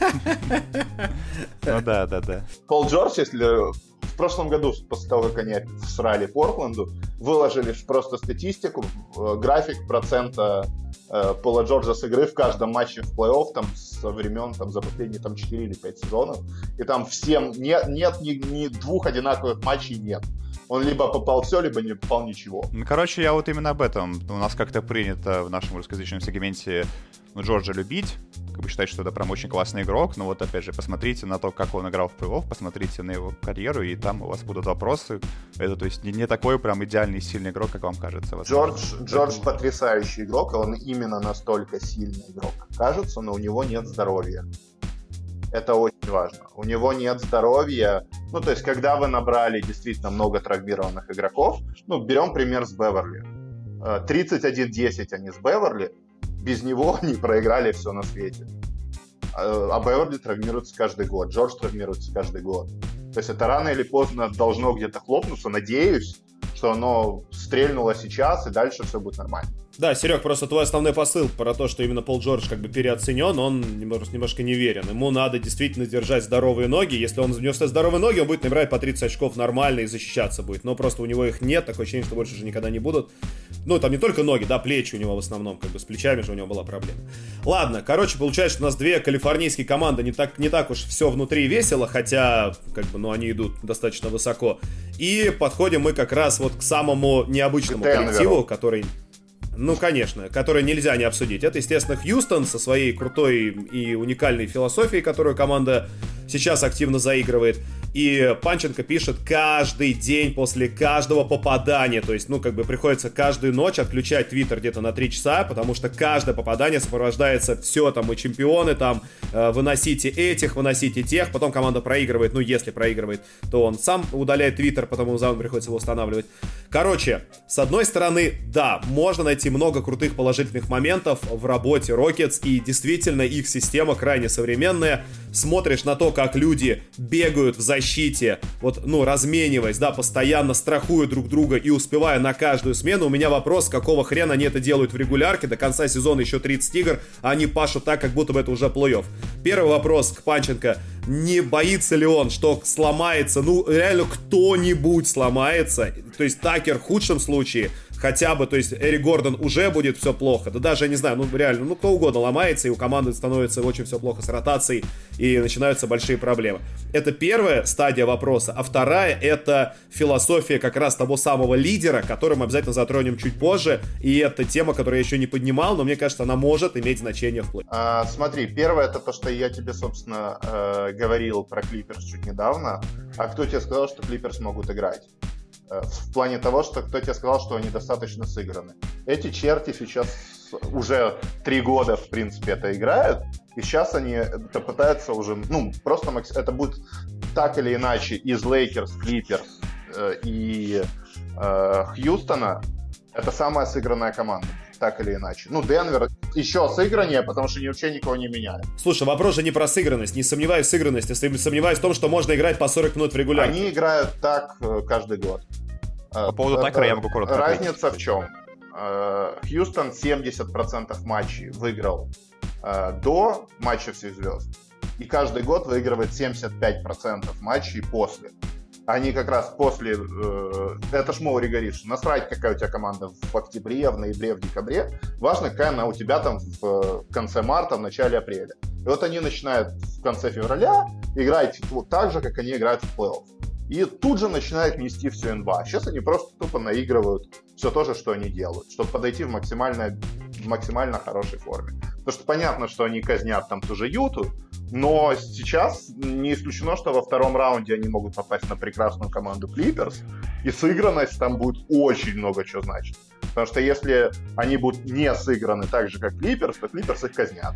да. Пол Джордж, если... В прошлом году, после того, как они всрали Портленду, выложили просто статистику, график процента Пола Джорджа с игры в каждом матче в плей-офф там, со времен там, за последние там, 4 или 5 сезонов. И там всем нет ни двух одинаковых матчей нет. Он либо попал все, либо не попал ничего. Ну, короче, я вот именно об этом. У нас как-то принято в нашем русскоязычном сегменте Джорджа любить, как бы считать, что это прям очень классный игрок, но вот опять же, посмотрите на то, как он играл в плей-офф, посмотрите на его карьеру, и там у вас будут вопросы. Это, то есть, не такой прям идеальный, сильный игрок, как вам кажется. Джордж потрясающий игрок, он именно настолько сильный игрок, кажется, но у него нет здоровья. Это очень важно. У него нет здоровья. Ну, то есть, когда вы набрали действительно много травмированных игроков, ну, берем пример с Беверли. 31-10 они с Беверли, без него они проиграли все на свете. А Беверли травмируется каждый год, Джордж травмируется каждый год. То есть это рано или поздно должно где-то хлопнуться. Надеюсь, что оно стрельнуло сейчас, и дальше все будет нормально. Да, Серег, просто твой основной посыл про то, что именно Пол Джордж как бы переоценен, он немножко неверен. Ему надо действительно держать здоровые ноги. Если он внес здоровые ноги, он будет набирать по 30 очков нормально и защищаться будет. Но просто у него их нет, такое ощущение, что больше уже никогда не будут. Ну, там не только ноги, да, плечи у него в основном, как бы с плечами же у него была проблема. Ладно, короче, получается, что у нас две калифорнийские команды, не так уж все внутри весело, хотя, как бы, ну, они идут достаточно высоко. И подходим мы как раз вот к самому необычному коллективу, который... Ну, конечно, который нельзя не обсудить. Это, естественно, Хьюстон со своей крутой и уникальной философией, которую команда сейчас активно заигрывает. И Панченко пишет каждый день после каждого попадания. То есть, ну, как бы приходится каждую ночь отключать Твиттер где-то на 3 часа, потому что каждое попадание сопровождается все, там, мы чемпионы, там, выносите этих, выносите тех. Потом команда проигрывает, ну, если проигрывает, то он сам удаляет Твиттер, потом ему заново приходится его устанавливать. Короче, с одной стороны, да, можно найти много крутых положительных моментов в работе Rockets, и действительно их система крайне современная. Смотришь на то, как люди бегают в защите, вот, ну, размениваясь, да, постоянно страхуя друг друга и успевая на каждую смену. У меня вопрос, какого хрена они это делают в регулярке, до конца сезона еще 30 игр, а они пашут так, как будто бы это уже плей-офф. Первый вопрос к Панченко: не боится ли он, что сломается, ну, реально кто-нибудь сломается, то есть Такер в худшем случае, хотя бы, то есть Эрик Гордон уже будет все плохо, да даже, я не знаю, ну реально, ну кто угодно ломается, и у команды становится очень все плохо с ротацией, и начинаются большие проблемы. Это первая стадия вопроса, а вторая — это философия как раз того самого лидера, который мы обязательно затронем чуть позже, и это тема, которую я еще не поднимал, но мне кажется, она может иметь значение в плей. Смотри, первое — это то, что я тебе, собственно, говорил про Клиперс чуть недавно. А кто тебе сказал, что Клиперс могут играть? В плане того, что кто тебе сказал, что они достаточно сыграны. Эти черти сейчас уже 3 года, в принципе, это играют, и сейчас они это пытаются уже, ну, просто это будет так или иначе из Лейкерс, Клиперс и Хьюстона. Это самая сыгранная команда, так или иначе. Ну, Денвер еще сыграннее, потому что вообще никого не меняют. Слушай, вопрос же не про сыгранность. Не сомневаюсь в сыгранности, сомневаюсь в том, что можно играть по 40 минут в регулярке. Они играют так каждый год. По поводу Такера я могу коротко ответить. Разница в чем? Хьюстон 70% матчей выиграл до матча всех звезд. И каждый год выигрывает 75% матчей после. Они как раз после... это ж Моури говорит, что насрать, какая у тебя команда в октябре, в ноябре, в декабре. Важно, какая она у тебя там в конце марта, в начале апреля. И вот они начинают в конце февраля играть вот так же, как они играют в плей-офф. И тут же начинают нести всю НБА. Сейчас они просто тупо наигрывают все то же, что они делают, чтобы подойти в максимально хорошей форме. Потому что понятно, что они казнят там ту же Юту, но сейчас не исключено, что во втором раунде они могут попасть на прекрасную команду Клиперс, и сыгранность там будет очень много чего значить. Потому что если они будут не сыграны так же, как Клиперс, то Клиперс их казнят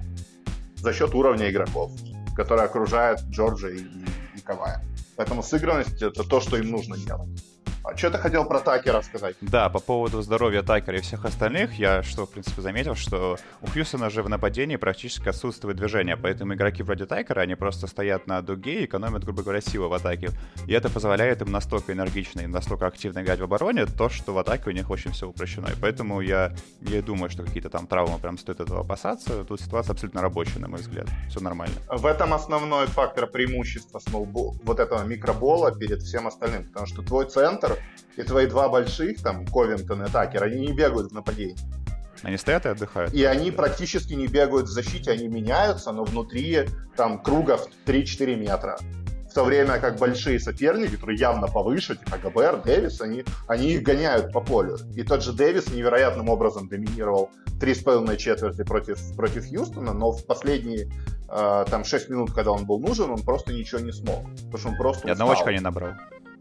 за счет уровня игроков, которые окружают Джорджа и Кавая. Поэтому сыгранность — это то, что им нужно делать. А что ты хотел про Такера сказать? Да, по поводу здоровья Такера и всех остальных, я что, в принципе, заметил, что у Хьюстона же в нападении практически отсутствует движение, поэтому игроки вроде Такера, они просто стоят на дуге и экономят, грубо говоря, силы в атаке. И это позволяет им настолько энергично и настолько активно играть в обороне, то, что в атаке у них очень все упрощено. И поэтому я не думаю, что какие-то там травмы прям стоит этого опасаться. Тут ситуация абсолютно рабочая, на мой взгляд. Все нормально. В этом основной фактор преимущества вот этого микробола перед всем остальным, потому что твой центр и твои два больших, там, Ковингтон и Такер, они не бегают в нападении. Они стоят и отдыхают. И они практически не бегают в защите, они меняются, но внутри там круга в 3-4 метра. В то время как большие соперники, которые явно повыше, типа Гобер, Дэвис, они их гоняют по полю. И тот же Дэвис невероятным образом доминировал 3,5 четверти против Хьюстона, но в последние там 6 минут, когда он был нужен, он просто ничего не смог. Потому что он просто устал. Одного очка не набрал.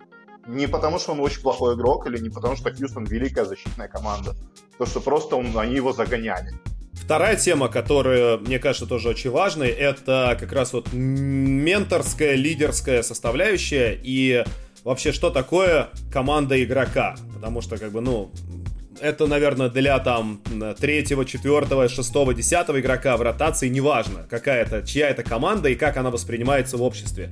Не потому, что он очень плохой игрок, или не потому, что Хьюстон великая защитная команда. Потому что просто они его загоняли. Вторая тема, которая, мне кажется, тоже очень важной, это как раз вот менторская, лидерская составляющая и вообще, что такое команда игрока. Потому что, как бы, это, наверное, для там 3-го, 4-го, 6-го, 10-го игрока в ротации неважно, чья это команда и как она воспринимается в обществе.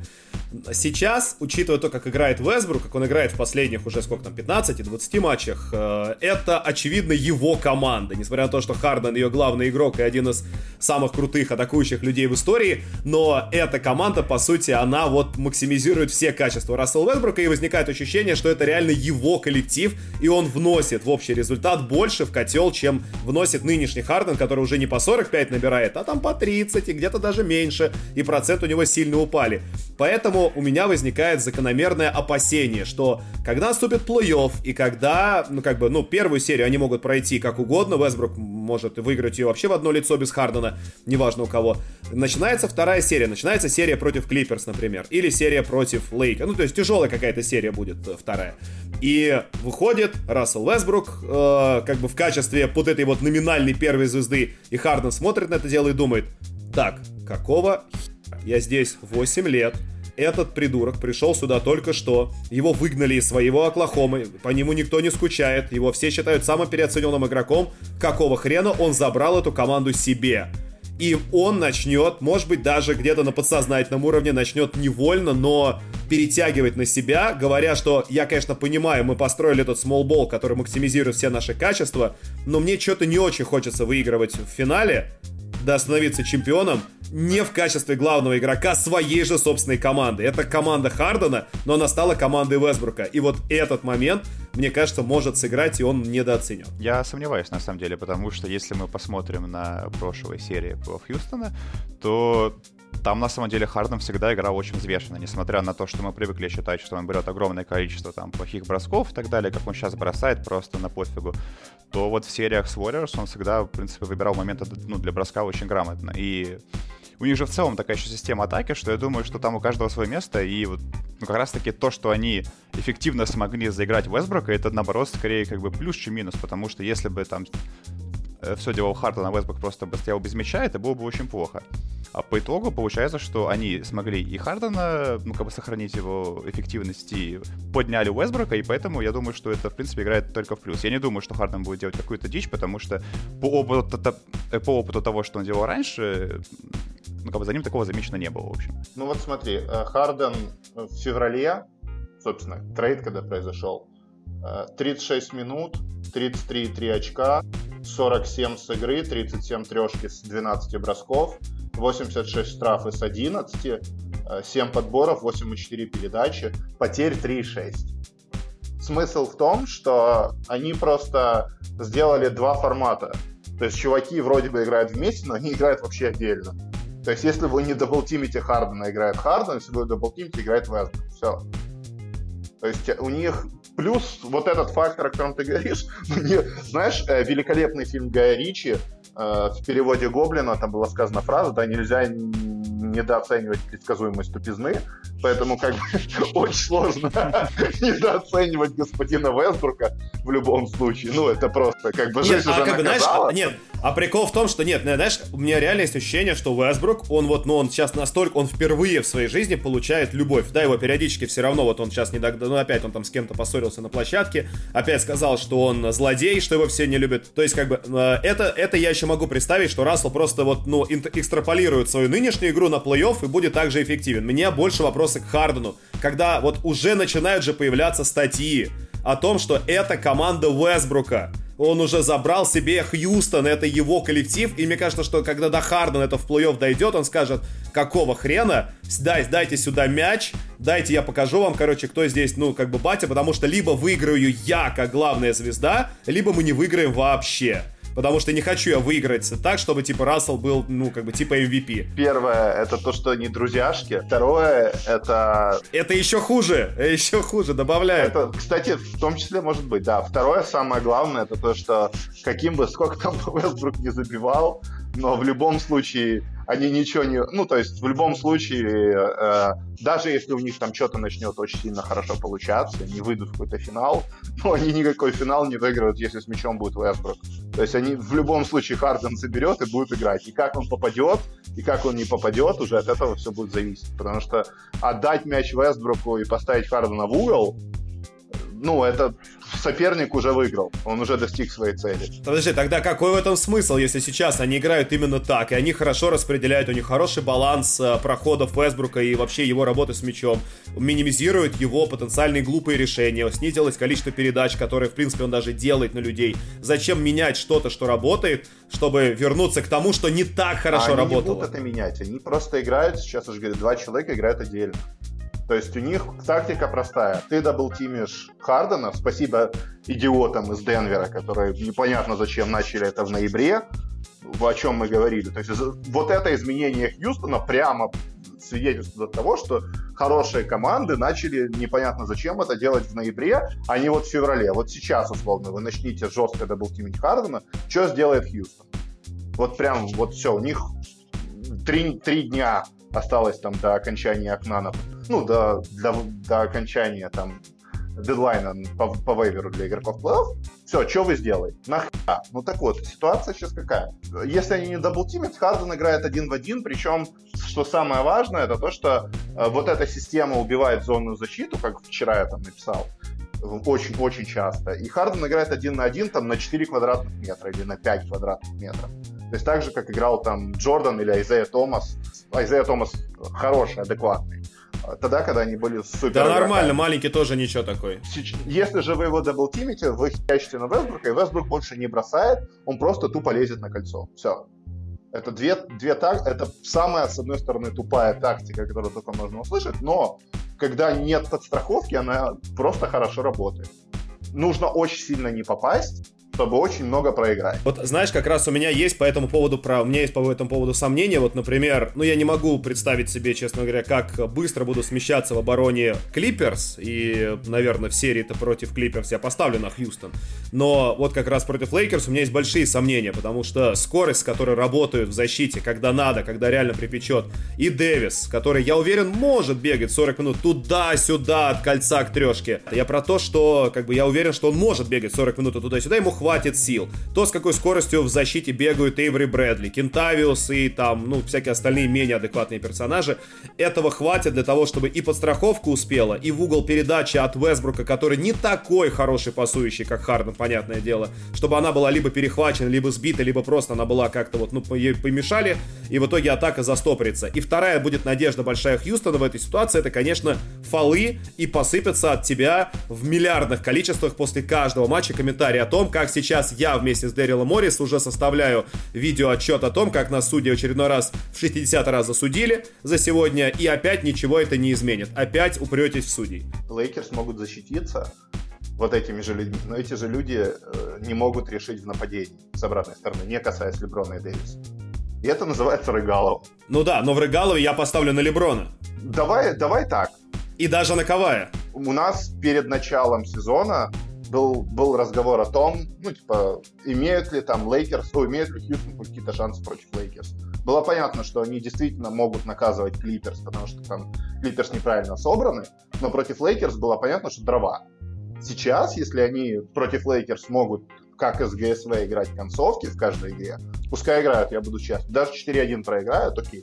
Сейчас, учитывая то, как играет Вестбрук, как он играет в последних уже 15 и 20 матчах, это, очевидно, его команда. Несмотря на то, что Харден ее главный игрок и один из самых крутых атакующих людей в истории, но эта команда, по сути, она вот максимизирует все качества Рассела Вестбрука, и возникает ощущение, что это реально его коллектив, и он вносит в общий результат больше в котел, чем вносит нынешний Харден, который уже не по 45 набирает, а там по 30 и где-то даже меньше, и процент у него сильно упали. Поэтому у меня возникает закономерное опасение, что когда наступит плей-офф, и когда, первую серию они могут пройти как угодно, Вестбрук может выиграть ее вообще в одно лицо без Хардена, неважно у кого, начинается вторая серия, начинается серия против Клиперс, например, или серия против Лейка, то есть тяжелая какая-то серия будет вторая. И выходит Рассел Вестбрук, в качестве вот этой вот номинальной первой звезды, и Харден смотрит на это дело и думает: так, какого я здесь 8 лет, этот придурок пришел сюда только что, его выгнали из своего Оклахомы, по нему никто не скучает, его все считают самым переоцененным игроком, какого хрена он забрал эту команду себе? И он начнет, может быть, даже где-то на подсознательном уровне начнет невольно, но перетягивать на себя, говоря, что я, конечно, понимаю, мы построили этот смолл-болл, который максимизирует все наши качества, но мне что-то не очень хочется выигрывать в финале, да становиться чемпионом не в качестве главного игрока своей же собственной команды. Это команда Хардена, но она стала командой Вестбрука. И вот этот момент, мне кажется, может сыграть, и он недооценен. Я сомневаюсь, на самом деле, потому что если мы посмотрим на прошлые серии про Хьюстона, то там, на самом деле, Харден всегда играл очень взвешенно, несмотря на то, что мы привыкли считать, что он берет огромное количество там плохих бросков и так далее, как он сейчас бросает просто на пофигу, то вот в сериях с Warriors он всегда, в принципе, выбирал моменты для броска очень грамотно. И у них же в целом такая еще система атаки, что я думаю, что там у каждого свое место, и вот как раз-таки то, что они эффективно смогли заиграть Вестбрука, это, наоборот, скорее плюс, чем минус, потому что если бы там все делал Харден, а Вестбрук просто бы стоял без мяча, это было бы очень плохо. А по итогу получается, что они смогли и Хардена, сохранить его эффективность, и подняли Уэсбрука, и поэтому я думаю, что это, в принципе, играет только в плюс. Я не думаю, что Харден будет делать какую-то дичь, потому что по опыту того, что он делал раньше, за ним такого замечено не было, в общем. Вот смотри, Харден в феврале, собственно, трейд, когда произошел, 36 минут, 33,3 очка, 47 с игры, 37 трешки с 12 бросков, 86 штрафы с 11, 7 подборов, 8,4 передачи, потерь 3,6. Смысл в том, что они просто сделали два формата. То есть чуваки вроде бы играют вместе, но они играют вообще отдельно. То есть если вы не даблтимите Хардена, играет Харден, если вы даблтимите, играет Вестбрук. Все. То есть у них плюс вот этот фактор, о котором ты говоришь. Знаешь, великолепный фильм Гая Ричи, в переводе Гоблина там была сказана фраза: да, нельзя не недооценивать предсказуемость тупизны, поэтому как бы очень сложно недооценивать господина Вестбрука в любом случае. Ну, это просто как бы жизнь уже наказала. Нет, а прикол в том, что нет, знаешь, у меня реально есть ощущение, что Вестбрук, он вот, ну, он сейчас настолько, он впервые в своей жизни получает любовь. Да, его периодически все равно, вот он сейчас опять он там с кем-то поссорился на площадке, опять сказал, что он злодей, что его все не любят. То есть, как бы, это я еще могу представить, что Рассел просто вот, ну, экстраполирует свою нынешнюю игру на плей-офф и будет также эффективен. Мне больше вопросы к Хардену, когда вот уже начинают же появляться статьи о том, что это команда Вестбрука. Он уже забрал себе Хьюстон, это его коллектив, и мне кажется, что когда до Хардена это в плей-офф дойдет, он скажет, какого хрена, дайте сюда мяч, дайте я покажу вам, короче, кто здесь, ну, как бы батя, потому что либо выиграю я, как главная звезда, либо мы не выиграем вообще. Потому что не хочу я выиграть так, чтобы, типа, Рассел был, ну, как бы, типа MVP. Первое, это то, что они друзьяшки. Второе, это... Это еще хуже, добавляет. Это, кстати, в том числе может быть, да. Второе, самое главное, это то, что сколько там Вестбрук не забивал, но в любом случае они ничего не... Ну, то есть, в любом случае, даже если у них там что-то начнет очень сильно хорошо получаться, они выйдут в какой-то финал, но они никакой финал не выиграют, если с мячом будет Вестбрук. То есть, они в любом случае Харден соберет и будет играть. И как он попадет, и как он не попадет, уже от этого все будет зависеть. Потому что отдать мяч Вестбруку и поставить Хардена в угол, ну, это соперник уже выиграл, он уже достиг своей цели. Подожди, тогда какой в этом смысл, если сейчас они играют именно так, и они хорошо распределяют, у них хороший баланс проходов Вестбрука и вообще его работы с мячом, минимизируют его потенциальные глупые решения, снизилось количество передач, которые, в принципе, он даже делает на людей. Зачем менять что-то, что работает, чтобы вернуться к тому, что не так хорошо работало? Они не будут это менять, они просто играют, сейчас уже говорю, два человека играют отдельно. То есть у них тактика простая. Ты даблтимишь Хардена, спасибо идиотам из Денвера, которые непонятно зачем начали это в ноябре, о чем мы говорили. То есть вот это изменение Хьюстона прямо свидетельствует того, что хорошие команды начали непонятно зачем это делать в ноябре, а не вот в феврале. Вот сейчас, условно, вы начните жестко даблтимить Хардена, что сделает Хьюстон? Вот прям вот все, у них 3 дня осталось там до окончания окна, ну, до окончания там дедлайна по вейверу для игроков плей-офф. Все, что вы сделаете? Нахера? Ну так вот, ситуация сейчас какая? Если они не даблтимят, Харден играет 1 в 1, причем, что самое важное, это то, что вот эта система убивает зонную защиту, как вчера я там написал, очень-очень часто. И Харден играет 1 на 1 там на 4 квадратных метра или на 5 квадратных метров. То есть так же, как играл там Джордан или Айзея Томас. Айзея Томас хороший, адекватный. Тогда, когда они были супер. Да нормально, маленький тоже ничего такой. Если же вы его даблтимите, вы хищите на Вестбрука, и Вестбрук больше не бросает, он просто тупо лезет на кольцо. Все. Это это самая, с одной стороны, тупая тактика, которую только можно услышать, но когда нет подстраховки, она просто хорошо работает. Нужно очень сильно не попасть, чтобы очень много проиграть. Вот знаешь, как раз у меня есть по этому поводу сомнения. Вот, например, я не могу представить себе, честно говоря, как быстро буду смещаться в обороне Клиперс. И, наверное, в серии-то против Клиперс я поставлю на Хьюстон. Но вот как раз против Лейкерс у меня есть большие сомнения, потому что скорость, с которой работают в защите, когда надо, когда реально припечет, и Дэвис, который, я уверен, может бегать 40 минут туда-сюда от кольца к трешке. Я про то, что, я уверен, что он может бегать 40 минут туда-сюда, ему хватит сил. То, с какой скоростью в защите бегают Эйври Брэдли, Кентавиус и там, всякие остальные менее адекватные персонажи, этого хватит для того, чтобы и подстраховка успела, и в угол передачи от Вестбрука, который не такой хороший пасующий, как Харден, понятное дело, чтобы она была либо перехвачена, либо сбита, либо просто она была как-то ей помешали, и в итоге атака застопорится. И вторая будет надежда большая Хьюстона в этой ситуации, это, конечно, фолы и посыпятся от тебя в миллиардных количествах после каждого матча комментарии о том, как сейчас я вместе с Дэрилом Моррис уже составляю видеоотчет о том, как нас судьи в очередной раз в 60-й раз засудили за сегодня, и опять ничего это не изменит. Опять упретесь в судей. Лейкерс могут защититься вот этими же людьми, но эти же люди не могут решить в нападении с обратной стороны, не касаясь Леброна и Дэвиса. И это называется рыгалово. Ну да, но в рыгалове я поставлю на Леброна. Давай так. И даже на Кавая. У нас перед началом сезона был разговор о том, имеют ли там Лейкерс, имеют ли Хьюстон какие-то шансы против Лейкерс. было понятно, что они действительно могут наказывать Клиперс, потому что там Клиперс неправильно собраны, но против Лейкерс было понятно, что дрова. Сейчас, если они против Лейкерс могут, как из ГСВ, играть концовки в каждой игре, пускай играют, я буду честен. Даже 4-1 проиграют, окей.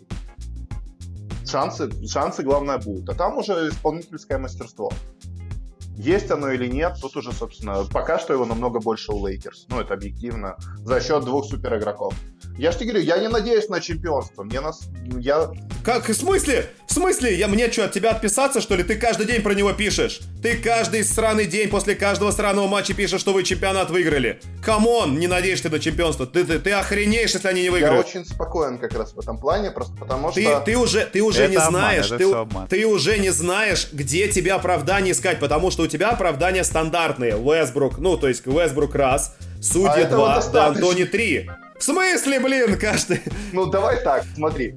Шансы, главное, будут. А там уже исполнительское мастерство. Есть оно или нет, тут уже, собственно, пока что его намного больше у Лейкерс. Ну, это объективно. За счет двух суперигроков. Я же тебе говорю, я не надеюсь на чемпионство. Как? В смысле? В смысле? Мне что, от тебя отписаться, что ли? Ты каждый день про него пишешь. Ты каждый сраный день после каждого сраного матча пишешь, что вы чемпионат выиграли. Камон, не надеешься на чемпионство. Ты охренеешь, если они не выиграют. Я очень спокоен как раз в этом плане, просто потому что... Ты уже не знаешь, ты уже не знаешь, где тебе оправдание искать, потому что у тебя оправдания стандартные. Уэсбрук, то есть Уэсбрук раз, судьи 2, Д'Антони 3. В смысле, блин, каждый... Ну, давай так, смотри.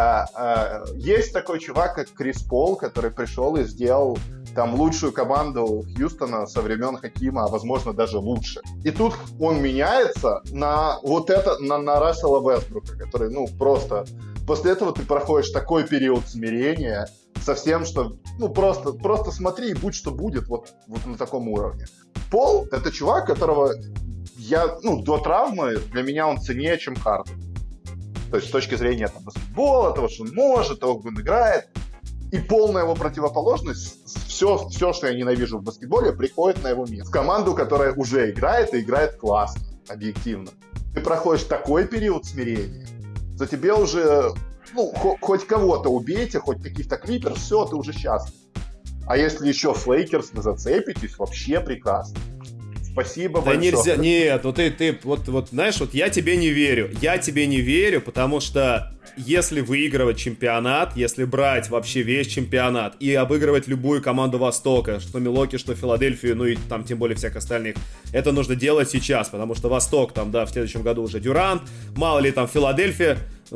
Есть такой чувак, как Крис Пол, который пришел и сделал там лучшую команду Хьюстона со времен Хакима, а возможно даже лучше. И тут он меняется на на Рассела Уэсбрука, который, просто... После этого ты проходишь такой период смирения со всем, что, просто смотри и будь что будет вот на таком уровне. Пол — это чувак, которого до травмы для меня он ценнее, чем Харден. То есть с точки зрения баскетбола, того, что он может, того, как он играет. И полная его противоположность, все, что я ненавижу в баскетболе, приходит на его место. В команду, которая уже играет, и играет классно, объективно. Ты проходишь такой период смирения, что тебе уже, хоть кого-то убейте, хоть каких-то Клиперс, все, ты уже счастлив. А если еще с Лейкерс вы зацепитесь, вообще прекрасно. Спасибо большое. Да нельзя, нет, ты знаешь, я тебе не верю. Я тебе не верю, потому что если выигрывать чемпионат, если брать вообще весь чемпионат и обыгрывать любую команду Востока, что Милуоки, что Филадельфию, и там тем более всех остальных, это нужно делать сейчас, потому что Восток там, в следующем году уже Дюрант, мало ли Филадельфия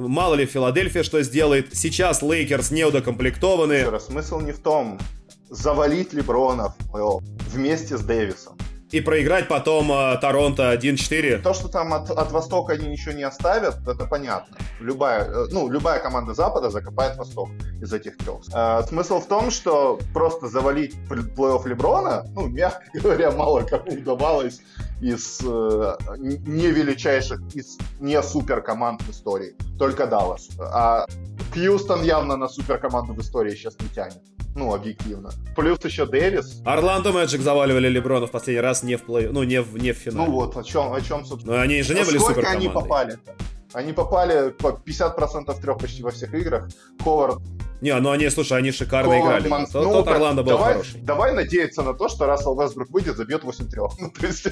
что сделает. Сейчас Лейкерс неудокомплектованы. Еще раз, смысл не в том, завалить Леброна вместе с Дэвисом. И проиграть потом Торонто 1-4. То, что там от Востока они ничего не оставят, это понятно. Любая команда Запада закопает Восток из этих трех. Смысл в том, что просто завалить плей-офф Леброна, мягко говоря, мало кому удавалось из не величайших, из не супер команд в истории. Только Даллас. А Хьюстон явно на супер команду в истории сейчас не тянет. Объективно. Плюс еще Дэвис. Орландо Мэджик заваливали Леброна в последний раз не в финале. О чем, собственно. Но они же не были суперкомандой. Сколько они попали-то? Они попали по 50% трех почти во всех играх. Ховард. Они шикарно играли. Тот Орландо был хороший. Давай надеяться на то, что Рассел Уэсбрук выйдет, забьет 8-3. То есть,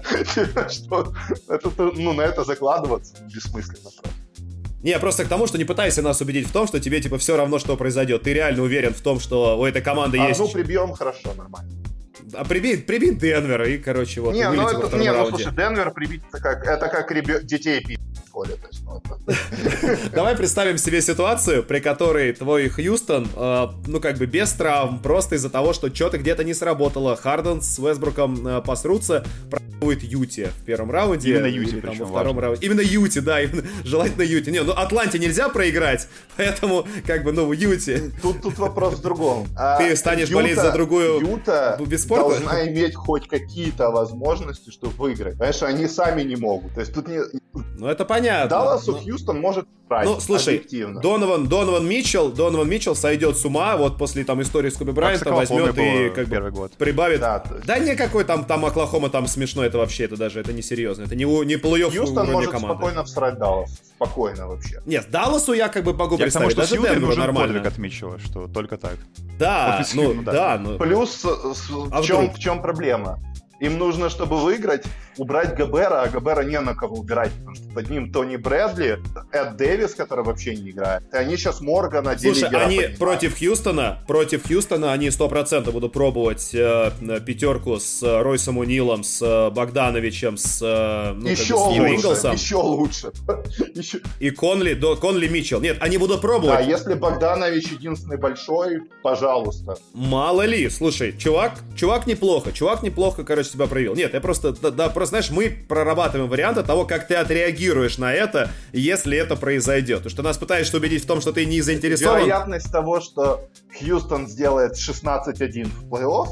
на это закладываться бессмысленно просто. Не, просто к тому, что не пытайся нас убедить в том, что тебе, все равно, что произойдет. Ты реально уверен в том, что у этой команды есть... прибьем, хорошо, нормально. А прибить Денвер и, короче, вылетим во втором раунде. Слушай, Денвер прибить это как детей пить в школе. Давай представим себе ситуацию, при которой твой Хьюстон, без травм, просто из-за того, что что-то где-то не сработало, Харден с Уэсбруком посрутся, проигрывает Юти в первом раунде. Именно Юти, причем во втором раунде. Именно Юти, да, желательно Юти. Атланте нельзя проиграть, поэтому, Юти. Тут вопрос в другом. Ты станешь болеть за другую Юта без спорта? Должна иметь хоть какие-то возможности, чтобы выиграть. Понимаешь, они сами не могут. То есть тут не... это понятно. Далласу Хьюстон может брать, слушай, объективно. Донован Митчелл сойдет с ума после истории с Коби Брайантом, возьмет и первый год прибавит. Да никакой там Оклахома там смешной, это не серьезно. Это не плей-офф Хьюстон уровня может команды. Спокойно всрать Даллас. Спокойно вообще. Нет, Далласу я могу представить. Даже Денверу нормально. Подвиг от Митчелла, что только так. Да, Плюс в чем проблема? Им нужно, чтобы выиграть, убрать Гобера, а Гобера не на кого убирать, потому что под ним Тони Брэдли, Эд Дэвис, который вообще не играет. И они сейчас Моргана делегера. Слушай, они против Хьюстона они 100% будут пробовать пятерку с Ройсом О'Нилом, с Богдановичем, с Инглсом. Еще лучше. И Конли Митчелл. Нет, они будут пробовать. Да, если Богданович единственный большой, пожалуйста. Мало ли, слушай, чувак неплохо, себя проявил. Нет, я просто просто, знаешь, мы прорабатываем варианты того, как ты отреагируешь на это, если это произойдет. Потому что нас пытаешься убедить в том, что ты не заинтересован. Вероятность того, что Хьюстон сделает 16-1 в плей-офф,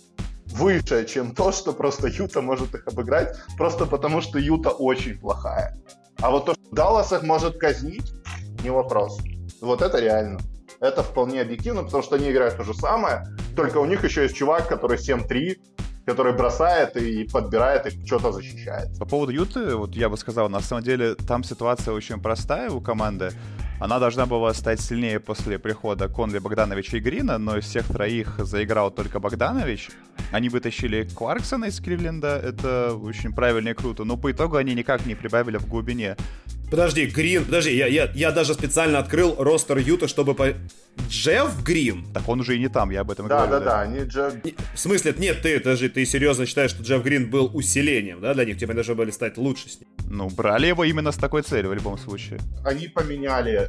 выше, чем то, что просто Юта может их обыграть, просто потому что Юта очень плохая. А вот то, что Даллас их может казнить, не вопрос. Вот это реально. Это вполне объективно, потому что они играют то же самое, только у них еще есть чувак, который 7-3, который бросает и подбирает, и что-то защищает. По поводу Юты, вот я бы сказал, на самом деле там ситуация очень простая у команды. Она должна была стать сильнее после прихода Конли, Богдановича и Грина, но из всех троих заиграл только Богданович. Они вытащили Кларксона из Кливленда, это очень правильно и круто, но по итогу они никак не прибавили в глубине. Подожди, я даже специально открыл ростер Юта, чтобы... Джефф Грин? Так он уже и не там, я об этом говорю. Да, они Джефф... В смысле, нет, ты серьезно считаешь, что Джефф Грин был усилением, да, для них? Типа они должны были стать лучше с ним? Ну, брали его именно с такой целью в любом случае. Они поменяли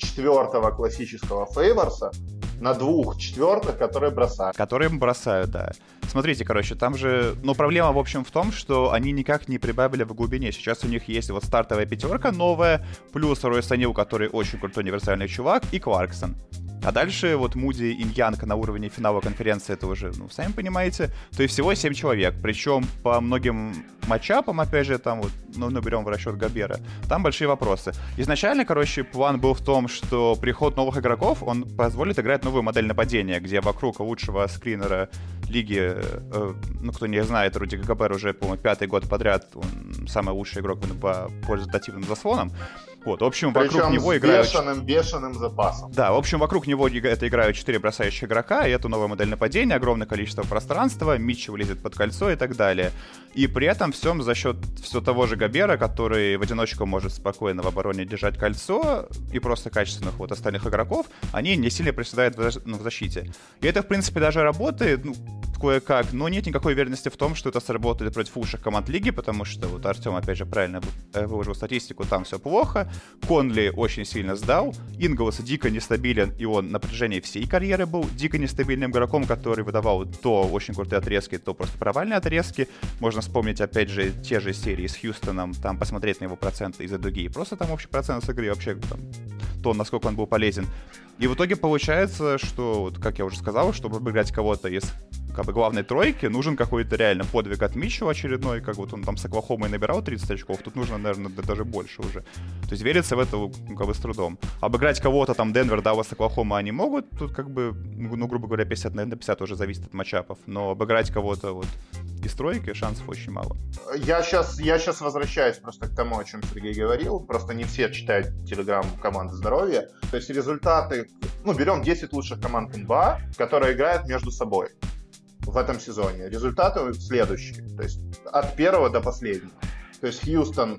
4-го классического Фейворса на 2 4-х, которые бросают. Которые бросают, да. Смотрите, короче, там же... Ну, проблема, в общем, в том, что они никак не прибавили в глубине. Сейчас у них есть вот стартовая 5 новая, плюс Ройс Анил, который очень крутой универсальный чувак, и Кларксон. А дальше вот Муди и Иньянг на уровне финала конференции, это уже, ну, сами понимаете. То есть всего 7 человек. Причем по многим матчапам, опять же, там вот, ну, берем в расчет Гобера, там большие вопросы. Изначально, короче, план был в том, что приход новых игроков, он позволит играть новую модель нападения, где вокруг лучшего скринера лиги, ну, кто не знает, Руди Гобер уже, по-моему, 5-й год подряд, он самый лучший игрок по результативным заслонам. Вот, в общем, вокруг причем него играют... бешеным запасом. Да, в общем, вокруг него это играют 4 бросающих игрока, и это новая модель нападения, огромное количество пространства, Митчелл лезет под кольцо и так далее. И при этом всем за счет все того же Гобера, который в одиночку может спокойно в обороне держать кольцо, и просто качественных вот остальных игроков, они не сильно приседают в защите. И это, в принципе, даже работает, ну, кое-как, но нет никакой уверенности в том, что это сработает против лучших команд лиги, потому что вот Артем, опять же, правильно выложил статистику, там все плохо. Конли очень сильно сдал, Инглс дико нестабилен, и он на протяжении всей карьеры был дико нестабильным игроком, который выдавал то очень крутые отрезки, то просто провальные отрезки. Можно вспомнить, опять же, те же серии с Хьюстоном, там посмотреть на его проценты из-за дуги, и просто там общий процент с игры, вообще там, то, насколько он был полезен. И в итоге получается, что, вот, как я уже сказал, чтобы обыграть кого-то из как бы главной тройки, нужен какой-то реально подвиг от Митчелла очередной, как вот он там с Оклахомой набирал 30 очков, тут нужно, наверное, даже больше уже. То есть верится в это как бы с трудом. Обыграть кого-то там Денвер, Даллас, Оклахома они могут, тут как бы, ну, грубо говоря, 50 на 50 уже зависит от матчапов, но обыграть кого-то вот из тройки шансов очень мало. Я сейчас возвращаюсь просто к тому, о чем Сергей говорил, просто не все читают телеграм команды здоровья. То есть результаты, ну, берем 10 лучших команд НБА, которые играют между собой в этом сезоне. Результаты следующие, то есть от первого до последнего. То есть Хьюстон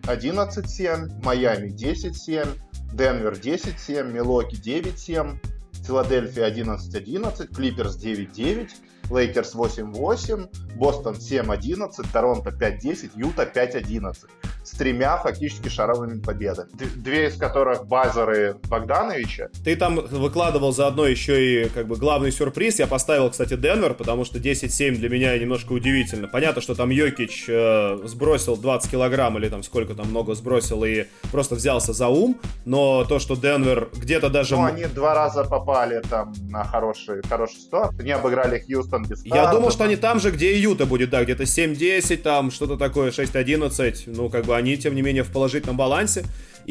11-7, Майами 10-7, Денвер 10-7, Милуоки 9-7, Филадельфия 11-11, Клиперс 9-9, Лейкерс 8-8, Бостон 7-11, Торонто 5-10, Юта 5-11. С 3 фактически шаровыми победами. 2 из которых базеры Богдановича. Ты там выкладывал заодно еще и как бы главный сюрприз. Я поставил, кстати, Денвер, потому что 10-7 для меня немножко удивительно. Понятно, что там Йокич сбросил 20 килограмм или там сколько там много сбросил и просто взялся за ум. Но то, что Денвер где-то даже... Ну, они 2 раза попали там на хороший ситуацию. Они обыграли Хьюстон без старта. Я думал, что они там же, где и Юта будет, да, где-то 7-10, там что-то такое, 6-11. Ну, как бы они, тем не менее, в положительном балансе.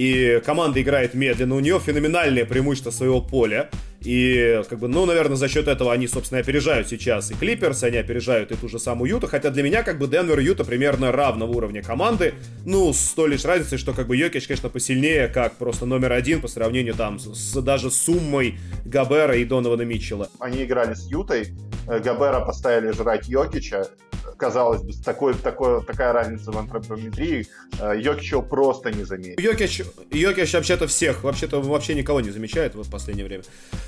И команда играет медленно, у нее феноменальное преимущество своего поля. И, как бы, ну, наверное, за счет этого они, собственно, опережают сейчас и Клиперс, они опережают и ту же самую Юту. Хотя для меня, как бы, Денвер и Юта примерно равного уровня команды. Ну, с той лишь разницей, что, как бы, Йокич, конечно, посильнее, как просто номер 1 по сравнению там с даже суммой Гобера и Донована Митчелла. Они играли с Ютой, Гобера поставили жрать Йокича. Казалось бы, такая разница в антропометрии, Йокич его просто не заметил. Йокич вообще-то всех, вообще никого не замечает вот в последнее время.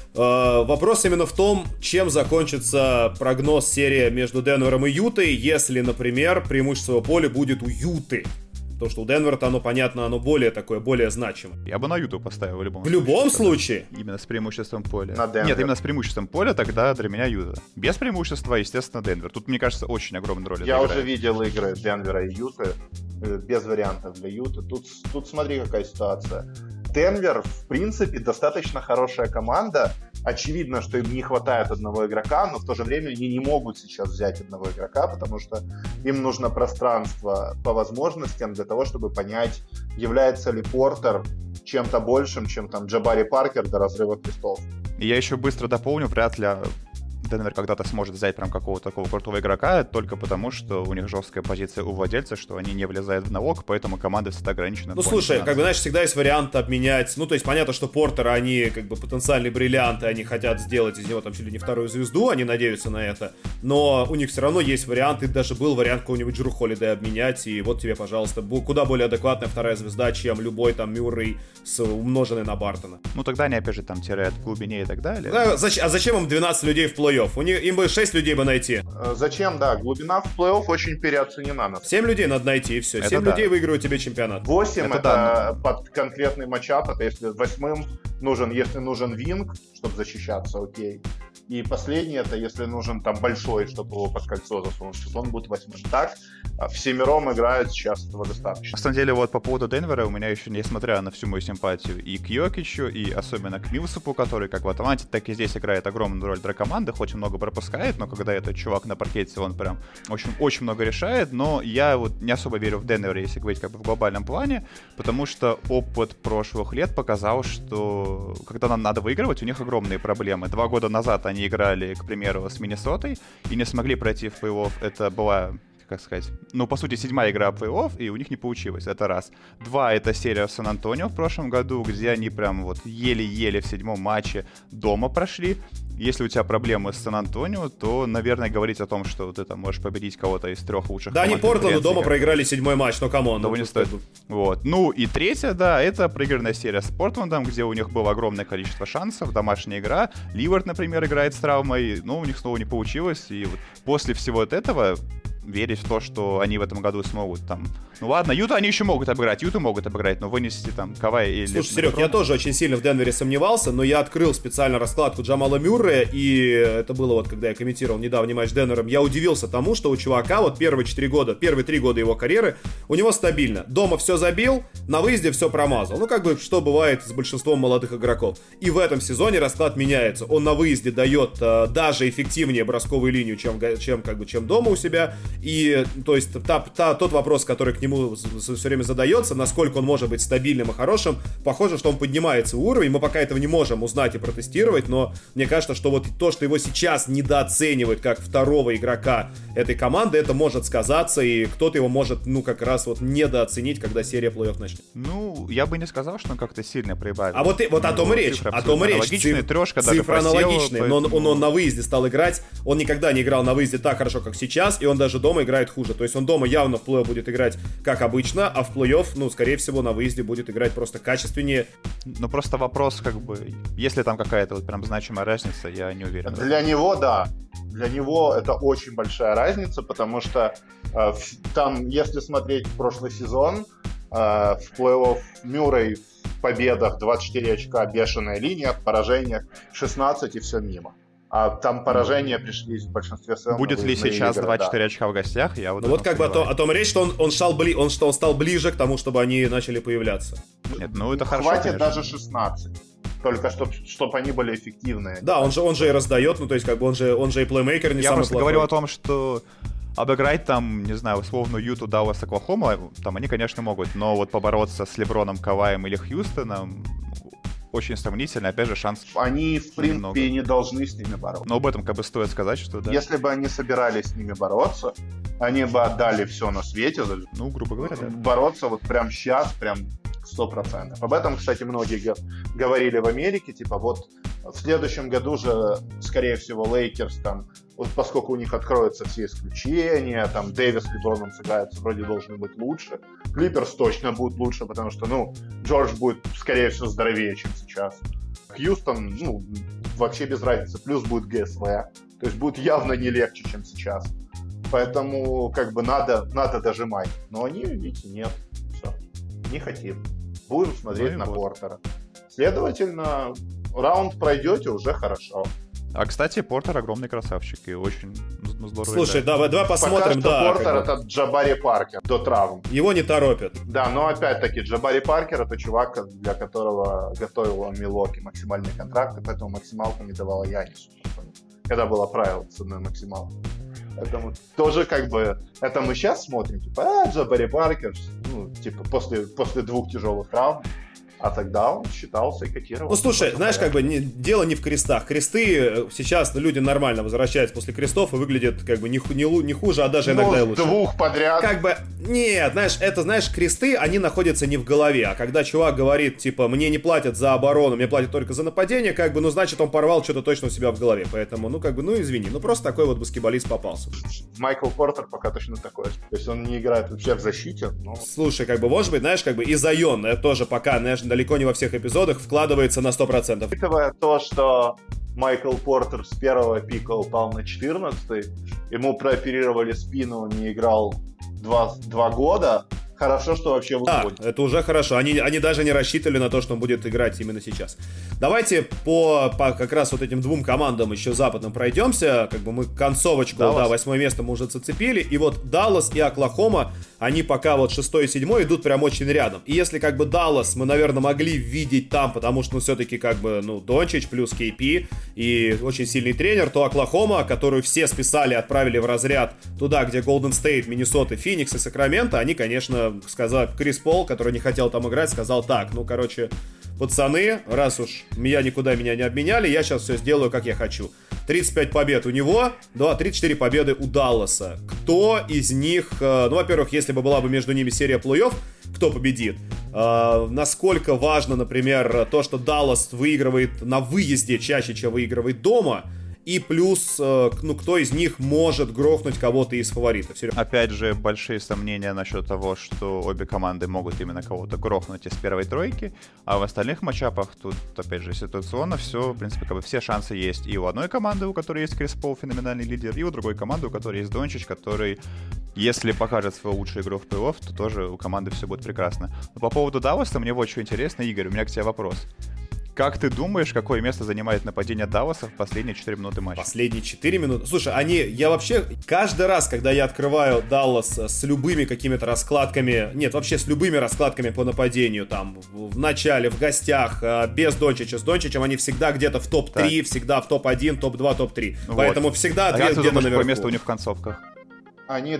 Вопрос именно в том, чем закончится прогноз серии между Денвером и Ютой, если, например, преимущество поля будет у Юты. Потому что у Денвера-то оно, понятно, оно более такое, более значимое. Я бы на Юту поставил в любом случае. В любом случае? Именно с преимуществом поля. На Денвер. Нет, именно с преимуществом поля тогда для меня Юта. Без преимущества, естественно, Денвер. Тут, мне кажется, очень огромную роль Я уже видел игры Денвера и Юты. Без вариантов для Юты. Тут смотри, какая ситуация. Денвер, в принципе, достаточно хорошая команда. Очевидно, что им не хватает одного игрока, но в то же время они не могут сейчас взять одного игрока, потому что им нужно пространство по возможностям для того, чтобы понять, является ли Портер чем-то большим, чем там Джабари Паркер до разрыва крестов. И я еще быстро дополню, вряд ли Денвер когда-то сможет взять прям какого-то такого крутого игрока, только потому, что у них жесткая позиция у владельца, что они не влезают в налог, поэтому команда всегда ограничена. Ну, слушай, как бы, знаешь, всегда есть вариант обменять, ну, то есть понятно, что Портера, они как бы потенциальные бриллианты, они хотят сделать из него там чуть ли не вторую звезду, они надеются на это, но у них все равно есть варианты, даже был вариант какого-нибудь Джру Холлидея обменять, и вот тебе, пожалуйста, куда более адекватная вторая звезда, чем любой там Мюррей умноженный на Бартона. Ну, тогда они, опять же, там теряют в глубине и так далее. Да, а зачем им 12 людей в плей-офф? Им бы 6 людей бы найти. Зачем, да, глубина в плей-офф очень переоценена. 7 людей надо найти, и все. Это 7 людей выиграют тебе чемпионат. 8 это под конкретный матчап, это если 8 нужен, если нужен винг, чтобы защищаться, окей. И последний, это если нужен там большой, чтобы его под кольцо засунуть, то он будет 8. Так, всемиром играют сейчас, этого достаточно. На самом деле, вот по поводу Денвера, у меня еще, несмотря на всю мою симпатию и к Йокичу, и особенно к Милсапу, который как в Атланте, так и здесь играет огромную роль для команды, хоть и много пропускает, но когда этот чувак на паркете, он прям очень много решает, но я вот не особо верю в Денвер, если говорить как бы в глобальном плане, потому что опыт прошлых лет показал, что когда нам надо выигрывать, у них огромные проблемы. 2 года назад они играли, к примеру, с Миннесотой и не смогли пройти в плей-офф. Это была, как сказать, ну, по сути, 7-я игра плей-офф, и у них не получилось. Это раз. 2, это серия в Сан-Антонио в прошлом году, где они прям вот еле-еле в 7-м матче дома прошли. Если у тебя проблемы с Сан-Антонио, то, наверное, говорить о том, что ты там можешь победить кого-то из 3 лучших да, команд. они Портленду дома проиграли 7-й матч, но камон. Того не стоит. Вот. Ну и 3-я, да, это проигранная серия с Портлендом, где у них было огромное количество шансов, домашняя игра. Ливард, например, играет с травмой, но у них снова не получилось. И вот после всего вот этого верить в то, что они в этом году смогут там... Ну ладно, Юту они еще могут обыграть, Юту могут обыграть, но вынести там Кавай или... Слушай, Серег, я тоже очень сильно в Денвере сомневался, но я открыл специально раскладку Джамала Мюррея, и это было вот, когда я комментировал недавний матч с Денвером, я удивился тому, что у чувака вот первые 3 года его карьеры, у него стабильно. Дома все забил, на выезде все промазал. Ну, как бы, что бывает с большинством молодых игроков. И в этом сезоне расклад меняется. Он на выезде дает даже эффективнее бросковую линию, чем дома у себя. И, то есть, тот вопрос, который к нему все время задается, насколько он может быть стабильным и хорошим, похоже, что он поднимается в уровень. Мы пока этого не можем узнать и протестировать, но мне кажется, что вот то, что его сейчас недооценивают как второго игрока этой команды, это может сказаться, и кто-то его может, ну, как раз вот недооценить, когда серия плей-офф начнет. Ну, я бы не сказал, что он как-то сильно прибавил. А вот о том и речь. О том и речь. Цифра аналогичная, но он на выезде стал играть. Он никогда не играл на выезде так хорошо, как сейчас, и он даже дома играет хуже. То есть он дома явно в плей-офф будет играть как обычно, а в плей-офф, ну, скорее всего, на выезде будет играть просто качественнее. Ну, просто вопрос, как бы, если там какая-то вот прям значимая разница, я не уверен. Для него, да. Для него это очень большая разница, потому что там, если смотреть прошлый сезон, в плей-офф Мюррей в победах 24 очка, бешеная линия, в поражениях 16 и все мимо. А там поражения пришлись в большинстве своем. Будет ли сейчас игры, 24 очка в гостях? Я вот как бы о том речь, что он стал ближе к тому, чтобы они начали появляться. Нет, ну это хорошо. Хватит даже 16. Только чтобы они были эффективные. Да, он же и раздает, ну то есть как бы он же и плеймейкер не самый плохой. Я просто говорю о том, что обыграть там, не знаю, условно Юту, Даллас, Оклахома, там они, конечно, могут, но вот побороться с Леброном, Каваем или Хьюстоном очень сомнительно, опять же, шанс они, в принципе, немного. Не должны с ними бороться. Но об этом как бы стоит сказать, что да. Если бы они собирались с ними бороться, они бы отдали все на свете. Ну, грубо говоря, да. Бороться вот прям сейчас, прям 100%. Об этом, кстати, многие говорили в Америке, типа вот в следующем году же, скорее всего, Лейкерс там, вот поскольку у них откроются все исключения, там Дэвис с Леброном сыграются, вроде должны быть лучше. Клиперс точно будут лучше, потому что, ну, Джордж будет, скорее всего, здоровее, чем сейчас. Хьюстон, ну, вообще без разницы, плюс будет ГСВ, то есть будет явно не легче, чем сейчас. Поэтому, как бы, надо дожимать. Но они, видите, нет. Не хотим. Будем смотреть на Портера. Следовательно, раунд пройдете, уже хорошо. А, кстати, Портер огромный красавчик и очень здорово. Слушай, давай посмотрим. Пока что Портер это Джабари Паркер до травм. Его не торопят. Да, но опять-таки Джабари Паркер это чувак, для которого готовила Милоки максимальный контракт, и поэтому максималку не давала Янису. Когда было правило с одной максималкой. Поэтому тоже как бы это мы сейчас смотрим, типа, Джабари Паркер, ну, типа, после 2 тяжелых травм. А тогда он считался и котировал. Ну, слушай, знаешь, как бы дело не в крестах. Кресты сейчас люди нормально возвращаются после крестов и выглядят как бы не хуже, а даже иногда и лучше. 2 подряд. Как бы, нет, знаешь, кресты, они находятся не в голове. А когда чувак говорит, типа, мне не платят за оборону, мне платят только за нападение, как бы, ну, значит, он порвал что-то точно у себя в голове. Поэтому, ну, как бы, ну, извини. Ну, просто такой вот баскетболист попался. Майкл Портер пока точно такой. То есть он не играет вообще в защите, но... Слушай, как бы, может быть, знаешь, как бы, и Зайон, это тоже пока, знаешь, далеко не во всех эпизодах вкладывается на 100%. Учитывая то, что Майкл Портер с первого пика упал на 14-й, ему прооперировали спину, он не играл 2 года, хорошо, что вообще выходит. Да, это уже хорошо. Они даже не рассчитывали на то, что он будет играть именно сейчас. Давайте по как раз вот этим 2 командам еще западным пройдемся. Как бы мы концовочку, да, 8 место мы уже зацепили. И вот Даллас и Оклахома, они пока вот 6 и 7 идут прям очень рядом. И если как бы Даллас мы, наверное, могли видеть там, потому что, ну, все-таки как бы, ну, Дончич плюс KP и очень сильный тренер, то Оклахома, которую все списали, отправили в разряд туда, где Голден Стейт, Миннесота, Феникс и Сакраменто, они, конечно, сказал, Крис Пол, который не хотел там играть, сказал так, ну, короче, пацаны, раз уж меня не обменяли, я сейчас все сделаю, как я хочу. 35 побед у него, 34 победы у Далласа. Кто из них, ну, во-первых, если бы была бы между ними серия плей-офф, кто победит? Насколько важно, например, то, что Даллас выигрывает на выезде чаще, чем выигрывает дома? И плюс, ну, кто из них может грохнуть кого-то из фаворитов. Опять же, большие сомнения насчет того, что обе команды могут именно кого-то грохнуть из первой тройки, а в остальных матчапах тут, опять же, ситуационно все, в принципе, как бы все шансы есть и у одной команды, у которой есть Крис Пол, феноменальный лидер, и у другой команды, у которой есть Дончич, который, если покажет свою лучшую игру в плей-офф, то тоже у команды все будет прекрасно. Но по поводу Далласа мне вот что интересно, Игорь, у меня к тебе вопрос. Как ты думаешь, какое место занимает нападение Далласа в последние 4 минуты матча? Последние 4 минуты? Слушай, я вообще каждый раз, когда я открываю Даллас с любыми какими-то раскладками, нет, вообще с любыми раскладками по нападению, там, в начале, в гостях, без Дончича, с Дончичем, они всегда где-то в топ-3, так. Всегда в топ-1, топ-2, топ-3. Вот. Поэтому всегда где-то наверху. Какое место у них в концовках? Они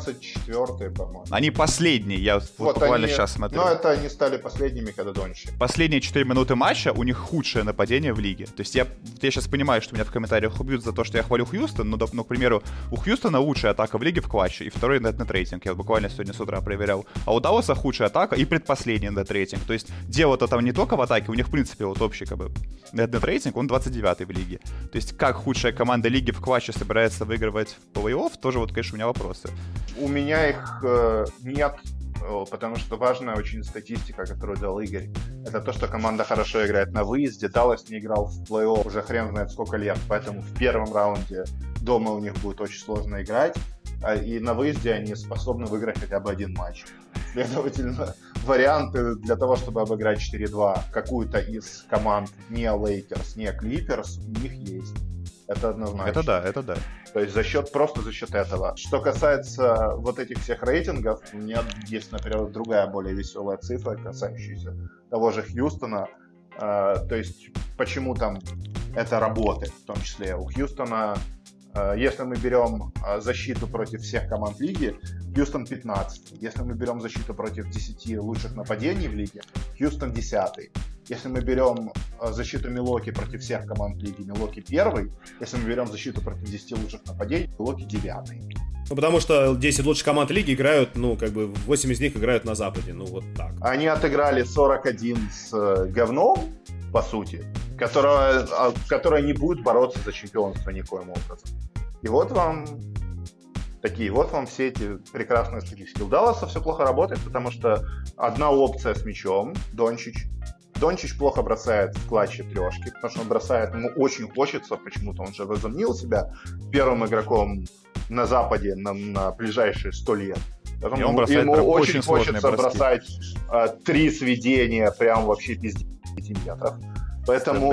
24-е, по-моему. Они последние, я вот буквально сейчас смотрю. Но это они стали последними, когда Дончич. Последние 4 минуты матча у них худшее нападение в лиге. То есть я сейчас понимаю, что меня в комментариях убьют за то, что я хвалю Хьюстон, но, к примеру, у Хьюстона лучшая атака в лиге в клатче и второй нет-рейтинг. Я буквально сегодня с утра проверял. А у Далласа худшая атака и предпоследний нет-рейтинг. То есть дело-то там не только в атаке, у них, в принципе, вот общий как бы нет-рейтинг, он 29-й в лиге. То есть как худшая команда лиги в клатче собирается выигрывать плей-офф, тоже вот, конечно, у меня вопросы. У меня их нет, потому что важная очень статистика, которую дал Игорь. Это то, что команда хорошо играет на выезде. Даллас не играл в плей-офф уже хрен знает сколько лет, поэтому в первом раунде дома у них будет очень сложно играть. И на выезде они способны выиграть хотя бы 1 матч. Следовательно, варианты для того, чтобы обыграть 4-2 какую-то из команд не Лейкерс, не Клиперс, у них есть. Это однозначно. Это да. То есть просто за счет этого. Что касается вот этих всех рейтингов, у меня есть, например, другая более веселая цифра, касающаяся того же Хьюстона. То есть почему там это работает, в том числе у Хьюстона. Если мы берем защиту против всех команд лиги, Хьюстон 15. Если мы берем защиту против 10 лучших нападений в лиге, Хьюстон 10. Если мы берем защиту Милоки против всех команд лиги, Милоки 1. Если мы берем защиту против 10 лучших нападений, Милоки 9. Ну, потому что 10 лучших команд лиги играют, ну, как бы 8 из них играют на Западе, ну, вот так. Они отыграли 41 с говном, по сути, которая не будет бороться за чемпионство никоим образом. И вот вам все эти прекрасные статистики. У Далласа все плохо работает, потому что одна опция с мячом, Дончич плохо бросает в клатче трешки, потому что он бросает, ему очень хочется, почему-то он же возомнил себя первым игроком на Западе на ближайшие 100 лет. Ему очень хочется бросать 3 сведения прям вообще без 10 метров. Поэтому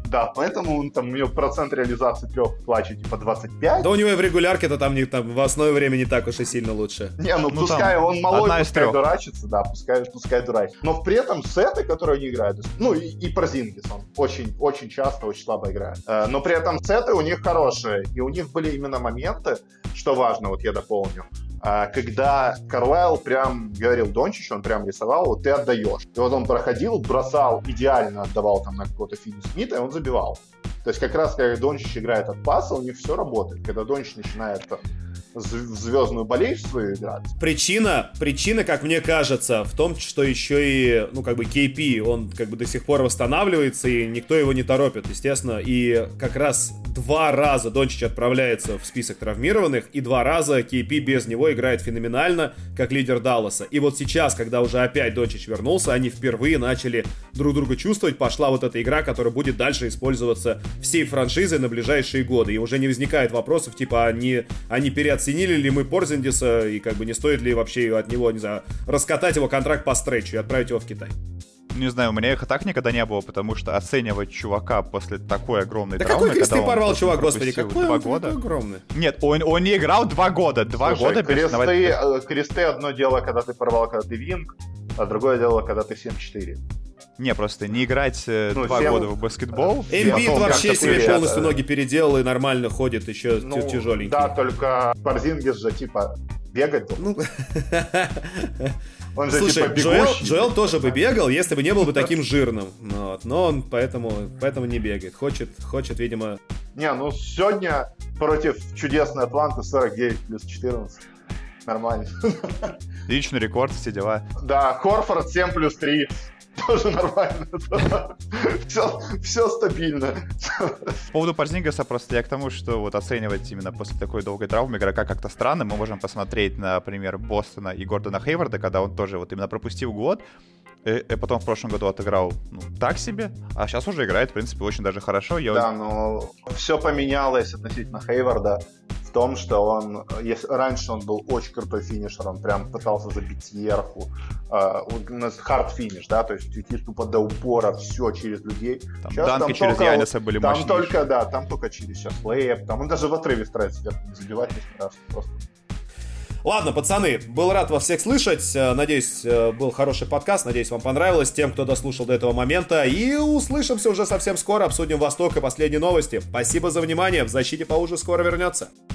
у него процент реализации 3 плачет типа 25. Да у него и в регулярке-то там в основе времени не так уж и сильно лучше. Пускай он малой, пускай дурачится, да, пускай дурачится. Но при этом сеты, которые они играют, и Порзингис, он очень часто, очень слабо играет. Но при этом сеты у них хорошие, и у них были именно моменты, что важно, вот я дополню, когда Карлайл прям говорил Дончичу, он прям рисовал, вот ты отдаешь. И вот он проходил, бросал, идеально отдавал там на какого-то Финни Смита, и он забивал. То есть как раз, когда Дончич играет от паса, у них все работает. Когда Дончич начинает в звездную болезнь свою играть. Причина, как мне кажется, в том, что еще и, KP, он до сих пор восстанавливается, и никто его не торопит, естественно. И как раз 2 раза Дончич отправляется в список травмированных, и 2 раза KP без него играет феноменально, как лидер Далласа. И вот сейчас, когда уже опять Дончич вернулся, они впервые начали друг друга чувствовать, пошла вот эта игра, которая будет дальше использоваться всей франшизой на ближайшие годы. И уже не возникает вопросов, типа, они переоценили ли мы Порзингиса, и не стоит ли вообще от него, не знаю, раскатать его контракт по стретчу и отправить его в Китай. Не знаю, у меня их и так никогда не было, потому что оценивать чувака после такой огромной травмы... какой кресты порвал чувак, господи, какой 2 года? Огромный. Нет, он не играл 2 года. 2 года кресты одно дело, когда ты порвал, когда ты винг, а другое дело, когда ты 7-4. Не, просто не играть 2 года в баскетбол. Эмбит вообще себе полностью ноги переделал и нормально ходит, еще тяжеленький. Да, только Порзингис же типа бегать был. Он же, слушай, типа, бегущий. Джоэл тоже бы бегал, если бы не был бы таким жирным. Но он поэтому не бегает. Хочет, видимо... Сегодня против чудесной Атланты 49 плюс 14. Нормально. Личный рекорд, все дела. Да, Хорфорд 7 плюс 3. Тоже нормально. Все стабильно. По поводу Порзингиса просто я к тому, что вот оценивать именно после такой долгой травмы игрока как-то странно. Мы можем посмотреть на пример Бостона и Гордона Хейварда, когда он тоже вот именно пропустил год, и потом в прошлом году отыграл так себе, а сейчас уже играет, в принципе, очень даже хорошо. Но все поменялось относительно Хейварда в том, что раньше он был очень крутой финишер, он прям пытался забить сверху, хард-финиш, да, то есть идти тупо до упора, все через людей. Данки через Яниса были мощнейшие. Там только через сейчас лейэп, там он даже в отрыве старается сверху не забивать несколько раз, просто... Ладно, пацаны, был рад вас всех слышать. Надеюсь, был хороший подкаст. Надеюсь, вам понравилось. Тем, кто дослушал до этого момента. И услышимся уже совсем скоро. Обсудим Восток и последние новости. Спасибо за внимание. В защите по уже скоро вернется.